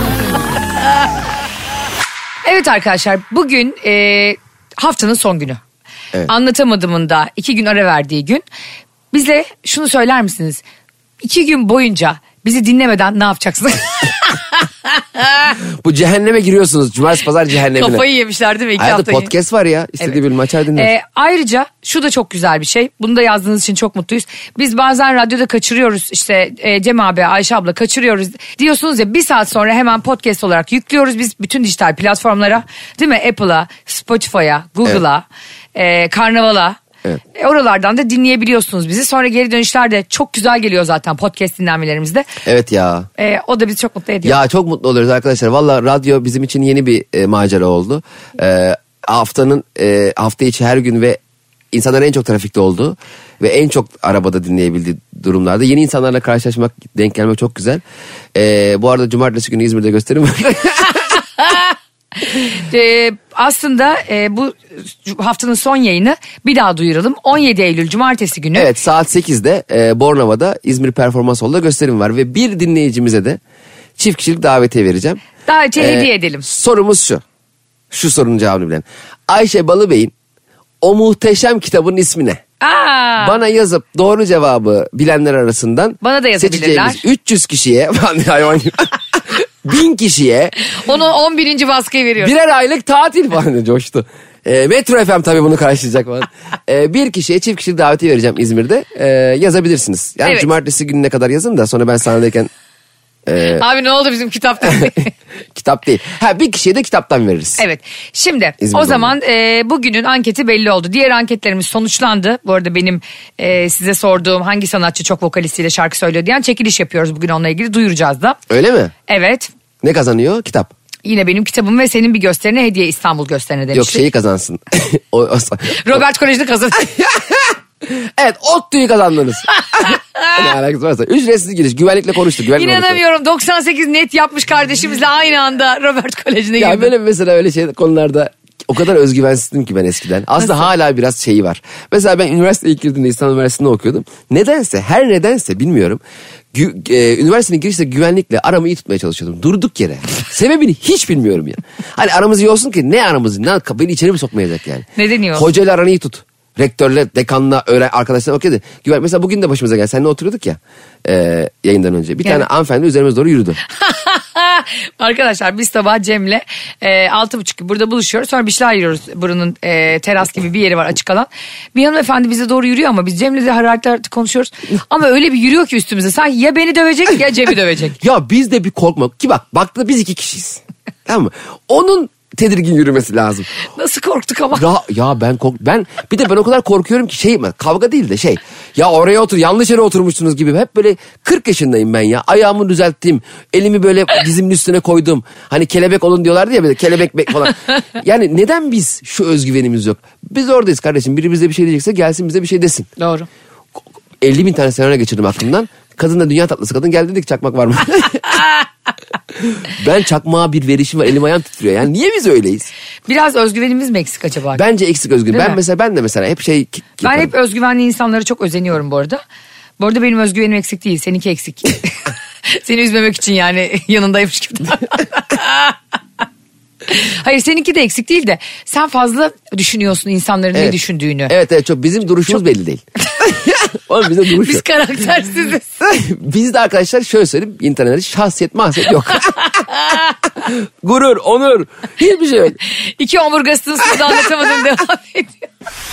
Evet arkadaşlar bugün e, haftanın son günü. Evet. Anlatamadımın da iki gün ara verdiği gün. Bize şunu söyler misiniz? İki gün boyunca bizi dinlemeden ne yapacaksın? Bu cehenneme giriyorsunuz. Cumartesi pazar cehennemine. Kafayı yemişler değil mi? İki Hayatı hafta podcast var ya. İstediği evet. bölüm açar dinler. Ee, ayrıca şu da çok güzel bir şey. Bunu da yazdığınız için çok mutluyuz. Biz bazen radyoda kaçırıyoruz. İşte e, Cem abi, Ayşe abla kaçırıyoruz. Diyorsunuz ya bir saat sonra hemen podcast olarak yüklüyoruz. Biz bütün dijital platformlara değil mi? Apple'a, Spotify'a, Google'a, evet. e, Karnaval'a. Evet. E, oralardan da dinleyebiliyorsunuz bizi. Sonra geri dönüşler de çok güzel geliyor zaten podcast dinlenmelerimizde. Evet ya. E, o da bizi çok mutlu ediyor. Ya çok mutlu oluyoruz arkadaşlar. Valla radyo bizim için yeni bir e, macera oldu. E, haftanın e, hafta içi her gün ve insanların en çok trafikte olduğu ve en çok arabada dinleyebildiği durumlarda yeni insanlarla karşılaşmak, denk gelmek çok güzel. E, bu arada cumartesi günü İzmir'de gösterim var. Ee, aslında e, bu haftanın son yayını bir daha duyuralım. on yedi Eylül Cumartesi günü. Evet saat sekizde e, Bornova'da İzmir Performans Hall'da gösterim var. Ve bir dinleyicimize de çift kişilik davetiye vereceğim. Davetiye ee, hediye edelim. Sorumuz şu. Şu sorunun cevabını bilen. Ayşe Balıbey'in o muhteşem kitabın ismi ne? Aa. Bana yazıp doğru cevabı bilenler arasından bana da yazabilirler. üç yüz kişiye hayvan gibi bin kişiye onu on birinci baskıya veriyoruz. Birer aylık tatil falan coştu. E, Metro F M tabii bunu karşılayacak falan. E, bir kişiye çift kişilik daveti vereceğim İzmir'de. E, yazabilirsiniz. Yani evet. Cumartesi gününe kadar yazın da sonra ben sahnedeyken... E, Abi ne oldu bizim kitapta? Kitap değil. Ha bir kişiye de kitaptan veririz. Evet. Şimdi İzmir'de o zaman e, bugünün anketi belli oldu. Diğer anketlerimiz sonuçlandı. Bu arada benim e, size sorduğum hangi sanatçı çok vokalistiyle şarkı söylüyor diyen çekiliş yapıyoruz bugün, onunla ilgili duyuracağız da. Öyle mi? Evet. Ne kazanıyor? Kitap. Yine benim kitabım ve senin bir gösterine hediye, İstanbul gösterine demiştik. Yok şeyi kazansın. o, o, Robert Kolej'de kazan. Evet ODTÜ'yü kazandınız. Ne alakası varsa. Ücretsiz giriş. Güvenlikle konuştuk. Güvenlikle İnanamıyorum. konuştuk. doksan sekiz net yapmış kardeşimizle aynı anda Robert Kolej'ine girdim. Ya böyle mesela öyle şey konularda o kadar özgüvensizdim ki ben eskiden. Aslında Nasıl? hala biraz şeyi var. Mesela ben üniversiteye ilk girdiğimde İstanbul Üniversitesi'nde okuyordum. Nedense her nedense bilmiyorum. Gü, e, üniversitenin girişte güvenlikle aramı iyi tutmaya çalışıyordum. Durduk yere. Sebebini hiç bilmiyorum ya. Hani aramız iyi olsun ki ne aramız? Ne, beni içeri mi sokmayacak yani? Neden iyi olsun? Hocayla aranı iyi tut. Rektörle, dekanla, öğren arkadaşlarla okeydi. Güven, mesela bugün de başımıza geldi. Seninle oturuyorduk ya e, yayından önce. Bir evet. tane hanımefendi üzerimize doğru yürüdü. Arkadaşlar biz sabah Cem'le e, altı buçuk gibi burada buluşuyoruz. Sonra bir şeyler yiyoruz. Buranın e, teras gibi bir yeri var, açık alan. Bir hanımefendi bize doğru yürüyor ama biz Cem'le de hararetli konuşuyoruz. Ama öyle bir yürüyor ki üstümüze. Sanki ya beni dövecek ya Cem'i dövecek. Ya biz de bir korkma. Ki bak baktığında biz iki kişiyiz. Tamam mı? Onun tedirgin yürümesi lazım. Nasıl korktuk ama. Ya, ya ben kork ben bir de ben o kadar korkuyorum ki şey kavga değil de şey. Ya oraya otur, yanlış yere oturmuşsunuz gibi. Hep böyle kırk yaşındayım ben ya. Ayağımı düzelttim. Elimi böyle dizimin üstüne koydum. Hani kelebek olun diyorlardı ya böyle kelebek bek falan. Yani neden biz şu özgüvenimiz yok? Biz oradayız kardeşim. Biri bize bir şey diyecekse gelsin bize bir şey desin. Doğru. elli bin tane senaryo geçirdim aklımdan. Kadın da dünya tatlısı kadın, geldi dedi ki çakmak var mı? Ben çakmağa bir verişim var, elim ayağım titriyor. Yani niye biz öyleyiz? Biraz özgüvenimiz mi eksik acaba? Bence eksik özgüven. Değil ben mi? mesela ben de mesela hep şey Ben yaparım. Hep özgüvenli insanlara çok özeniyorum bu arada. Bu arada benim özgüvenim eksik değil, seninki eksik. Seni üzmemek için yani yanındaymış gibi. Hayır, seninki de eksik değil de sen fazla düşünüyorsun insanların evet. ne düşündüğünü. Evet evet çok bizim duruşumuz çok... belli değil. Oğlum bize duruş Biz karaktersiziz. Biz de arkadaşlar şöyle söyleyeyim, internette şahsiyet mahsiyet yok. Gurur, onur, hiçbir şey yok. İki omurgasını suda anlatamadım devam ediyor.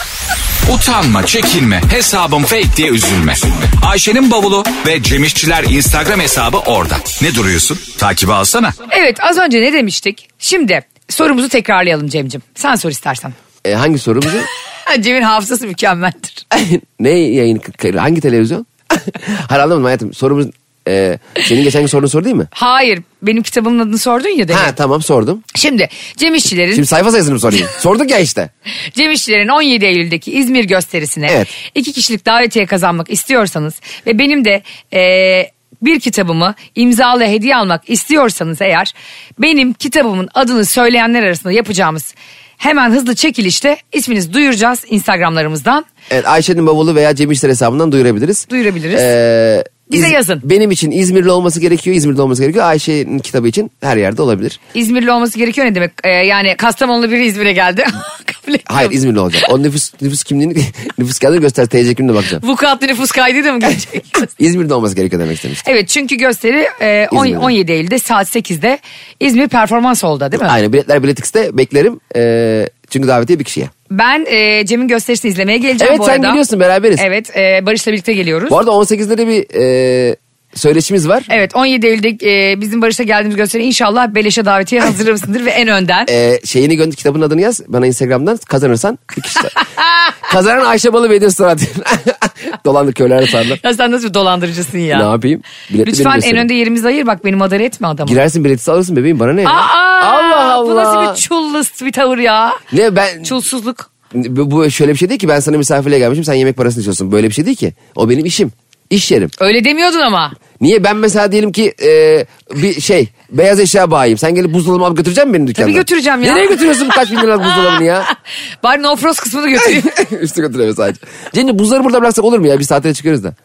Utanma, çekinme, hesabım fake diye üzülme. Ayşe'nin bavulu ve Cemişçiler Instagram hesabı orada. Ne duruyorsun? Takibi alsana. Evet, az önce ne demiştik? Şimdi sorumuzu tekrarlayalım Cem'cim. Sen sor istersen. E, hangi sorumuzu? Cem'in hafızası mükemmeldir. Ne yayın? Hangi televizyon? Hayır anlamadım hayatım. Sorumuz e, senin geçen gün sorduğun soru değil mi? Hayır. Benim kitabımın adını sordun ya demin. Ha tamam sordum. Şimdi Cem İşçilerin... Şimdi sayfa sayısını mı sorayım? Sorduk ya işte. Cem İşçilerin on yedi Eylül'deki İzmir gösterisine evet. iki kişilik davetiye kazanmak istiyorsanız ve benim de... E, bir kitabımı imzalı hediye almak istiyorsanız eğer, benim kitabımın adını söyleyenler arasında yapacağımız hemen hızlı çekilişte isminizi duyuracağız Instagramlarımızdan. Evet, Ayşe'nin bavulu veya Cem İşçiler hesabından duyurabiliriz. Duyurabiliriz. Ee, Bize İz, yazın. Benim için İzmirli olması gerekiyor, İzmir'de olması gerekiyor. Ayşe'nin kitabı için her yerde olabilir. İzmirli olması gerekiyor ne demek? Ee, yani Kastamonlu biri İzmir'e geldi. Hayır, İzmirli olacak. O nüfus, nüfus kimliğini, nüfus kağıdını göster, T C kimliğine bakacağım. Vukuatlı nüfus kaydıyla mı gelecek? İzmir'de olması gerekiyor demek istemiştim. Evet, çünkü gösteri e, on yedi Eylül'de saat sekizde İzmir Performans Hall'da değil mi? Aynen, biletler Biletix'te beklerim. E, çünkü davetiye bir kişiye. Ben e, Cem'in gösterisini izlemeye geleceğim evet, bu arada. Evet, sen geliyorsun, beraberiz. Evet, e, Barış'la birlikte geliyoruz. Bu arada on sekizde bir e, söyleşimiz var. Evet, on yedi Eylül'de e, bizim Barış'la geldiğimiz gösteri inşallah beleşe davetiye hazırlamışsındır ve en önden. E, şeyini gönder, kitabın adını yaz bana Instagram'dan, kazanırsan bir kişi. Kazanan Ayşe Balı Bedir Surat. Dolandık köylerde sardılar. Ya sen nasıl bir dolandırıcısın ya? Ne yapayım? Biletli lütfen en önde yerimizi ayır, bak beni madara etme adamı. Girersin, bileti alırsın bebeğim, bana ne? Aa, Allah Allah. Bu nasıl bir çullus bir tavır ya? Ne ben? Çulsuzluk. Bu şöyle bir şey değil ki, ben sana misafirliğe gelmişim, sen yemek parasını istiyorsun. Böyle bir şey değil ki. O benim işim. İş yerim. Öyle demiyordun ama. Niye? Ben mesela diyelim ki e, bir şey beyaz eşya bağıyım. Sen gelip buzdolabını alıp götürecek misin benim dükkandan? Tabii götüreceğim ya. Nereye götürüyorsun kaç bin liralık buzdolabını ya? Bari no frost kısmını götüreyim. Üstü götürüyor sadece. Cennet, buzları burada bıraksak olur mu ya? Biz tatile çıkıyoruz da.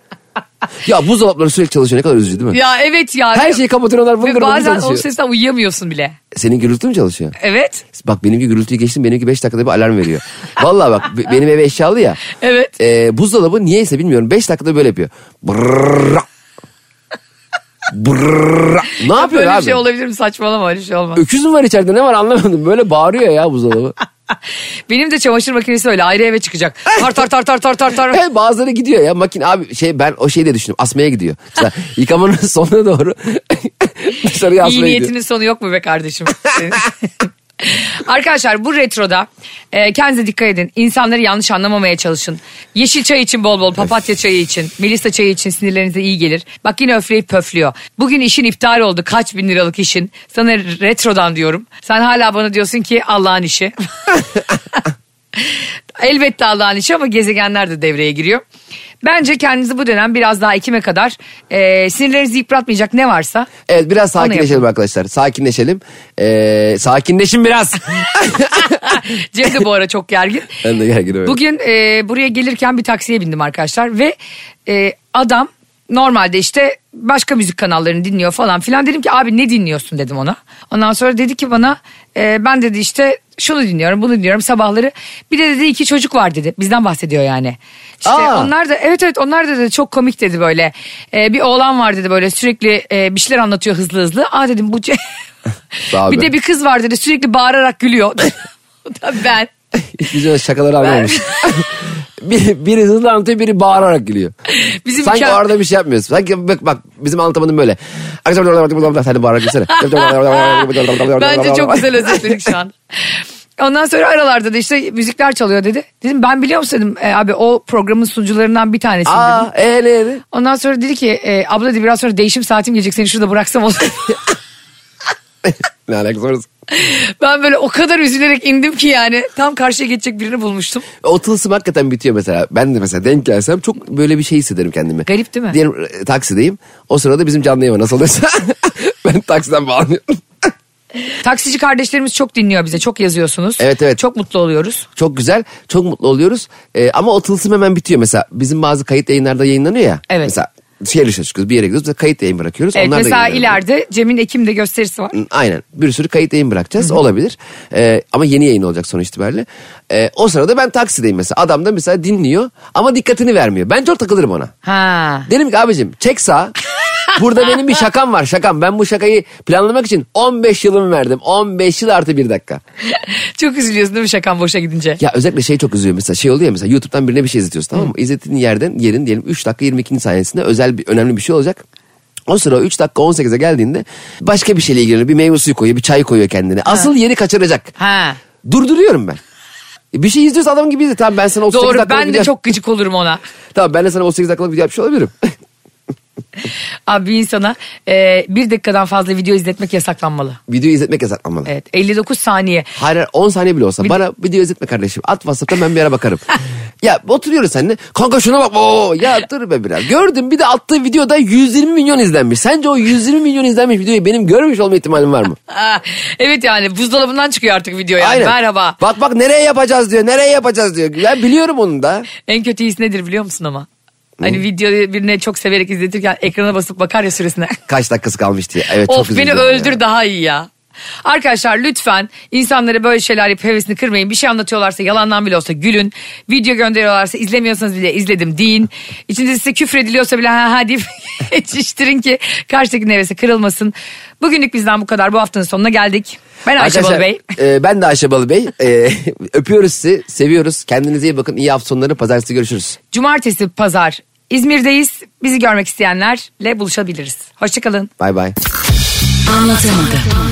Ya buzdolapları sürekli çalışıyor, ne kadar üzücü değil mi? Ya evet ya. Her şeyi kapatıyorlar. Ve bazen o sesten uyuyamıyorsun bile. Senin gürültü mü çalışıyor? Evet. Bak benimki gürültüyü geçtim, benimki beş dakikada bir alarm veriyor. Vallahi bak benim eve eşyalı ya. Evet. E, buzdolabı niyeyse bilmiyorum beş dakikada böyle yapıyor. Brrrr. Brrrr. Ne yapıyor böyle abi? Böyle bir şey olabilir mi? Saçmalama, öyle şey olmaz. Öküz mü var içeride, ne var anlamadım. Böyle bağırıyor ya buzdolabı. Benim de çamaşır makinesi öyle, ayrı eve çıkacak. Tar tar tar tar tar tar tar. Evet, bazıları gidiyor ya makine abi, şey ben o şeyi de düşündüm, asmaya gidiyor. Mesela yıkamanın sonuna doğru dışarıya asmaya gidiyor. İyi niyetinin sonu yok mu be kardeşim? Arkadaşlar bu retroda e, kendinize dikkat edin. İnsanları yanlış anlamamaya çalışın. Yeşil çay için bol bol, papatya çayı için, melisa çayı için sinirlerinize iyi gelir. Bak yine öfleyip pöflüyor. Bugün işin iptal oldu, kaç bin liralık işin. Sana retrodan diyorum. Sen hala bana diyorsun ki Allah'ın işi. Elbette Allah'ın işi ama gezegenler de devreye giriyor. Bence kendinizi bu dönem biraz daha Ekim'e kadar e, sinirlerinizi yıpratmayacak ne varsa. Evet biraz sakinleşelim arkadaşlar. Sakinleşelim. Ee, sakinleşin biraz. Cem de bu ara çok gergin. Ben de gerginim. Bugün e, buraya gelirken bir taksiye bindim arkadaşlar. Ve e, adam normalde işte başka müzik kanallarını dinliyor falan filan. Dedim ki abi ne dinliyorsun dedim ona. Ondan sonra dedi ki bana e, ben dedi işte şunu dinliyorum bunu dinliyorum sabahları. Bir de dedi iki çocuk var dedi. Bizden bahsediyor yani. İşte Aa. onlar da evet evet onlar da dedi çok komik dedi böyle. E, bir oğlan var dedi böyle sürekli e, bir şeyler anlatıyor hızlı hızlı. Aa dedim bu... Bir de bir kız var dedi sürekli bağırarak gülüyor. O da ben. Hiç şakaları anlamamış. biri, biri hızlı anlatıyor biri bağırarak gülüyor. Bizim sanki kend... orada bir şey yapmıyorsun. Sanki bak, bak bizim anlatamadığım böyle. Sen de bağırarak gülsene. Bence çok güzel özetledik şu an. Ondan sonra aralarda da işte müzikler çalıyor dedi. Dedim ben biliyor musun dedim e, abi o programın sunucularından bir tanesi dedim. Aa, ee, ee. Ondan sonra dedi ki e, abla dedi biraz sonra değişim saatim gelecek seni şurada bıraksam olur. Ne alakası var? Ben böyle o kadar üzülerek indim ki yani tam karşıya geçecek birini bulmuştum. O tılsım hakikaten bitiyor mesela. Ben de mesela denk gelsem çok böyle bir şey hissederim kendimi. Garip değil mi? Diyelim e, taksideyim. O sırada bizim canlı yayın nasıl oluyorsa ben taksiden bağlanıyorum. Taksici kardeşlerimiz çok dinliyor bize. Çok yazıyorsunuz. Evet evet. Çok mutlu oluyoruz. Çok güzel. Çok mutlu oluyoruz. Ee, ama o tılsım hemen bitiyor. Mesela bizim bazı kayıt yayınlarda yayınlanıyor ya. Evet. Mesela şehir dışına çıkıyoruz bir yere gidiyoruz. Kayıt yayın bırakıyoruz. Evet onlar mesela ileride Cem'in Ekim'de gösterisi var. Aynen. Bir sürü kayıt yayın bırakacağız. Hı-hı. Olabilir. Ee, ama yeni yayın olacak sonuç itibariyle. Ee, o sırada ben taksideyim mesela. Adam da mesela dinliyor ama dikkatini vermiyor. Ben çok takılırım ona. Ha. Dedim ki abicim çek sağa. Burada benim bir şakam var şakam. Ben bu şakayı planlamak için on beş yılımı verdim. on beş yıl artı bir dakika. Çok üzülüyorsun değil mi şakan boşa gidince? Ya özellikle şey çok üzüyor mesela. Şey oluyor ya mesela YouTube'dan birine bir şey izletiyorsun tamam mı? Hı. İzlettiğin yerden yerin diyelim üç dakika yirmi ikinci saniyesinde özel bir önemli bir şey olacak. O sıra üç dakika on sekize geldiğinde başka bir şeyle ilgileniyor. Bir meyve suyu koyuyor bir çay koyuyor kendine. Asıl ha. Yeri kaçıracak. Ha. Durduruyorum ben. Bir şey izliyorsa adam gibi izle. Tamam ben sana otuz sekiz dakikalık Doğru ben de çok gıcık olurum ona. Tamam ben de sana otuz sekiz dakikalık video yapmış olabilirim. Abi bir insana e, bir dakikadan fazla video izletmek yasaklanmalı. Video izletmek yasaklanmalı. Evet elli dokuz saniye. Hayır on saniye bile olsa bir... bana video izletme kardeşim. At WhatsApp'tan ben bir ara bakarım. Ya oturuyoruz seninle. Kanka şuna bak. Oo, ya dur be biraz. Gördüm bir de attığı videoda yüz yirmi milyon izlenmiş. Sence o yüz yirmi milyon izlenmiş videoyu benim görmüş olma ihtimalim var mı? Evet yani buzdolabından çıkıyor artık video yani. Aynen. Merhaba. Bak bak nereye yapacağız diyor. Nereye yapacağız diyor. Ya biliyorum onu da. En kötü his nedir biliyor musun ama? Hani videoyu birine çok severek izletirken ekrana basıp bakar ya süresine. Kaç dakikası kalmış diye. Evet, of çok beni öldür ya. Daha iyi ya. Arkadaşlar lütfen insanlara böyle şeyler yapıp hevesini kırmayın. Bir şey anlatıyorlarsa yalandan bile olsa gülün. Video gönderiyorlarsa izlemiyorsanız bile izledim deyin. İçinde size küfür ediliyorsa bile ha ha deyip geçiştirin ki karşıdakinin hevesi kırılmasın. Bugünlük bizden bu kadar. Bu haftanın sonuna geldik. Ben Ayşe Balı Bey. E, ben de Ayşe Balı Bey. E, öpüyoruz sizi, seviyoruz. Kendinize iyi bakın. İyi hafta sonları. Pazartesi görüşürüz. Cumartesi, pazar İzmir'deyiz. Bizi görmek isteyenlerle buluşabiliriz. Hoşçakalın. Bay bay. Anlatamadım.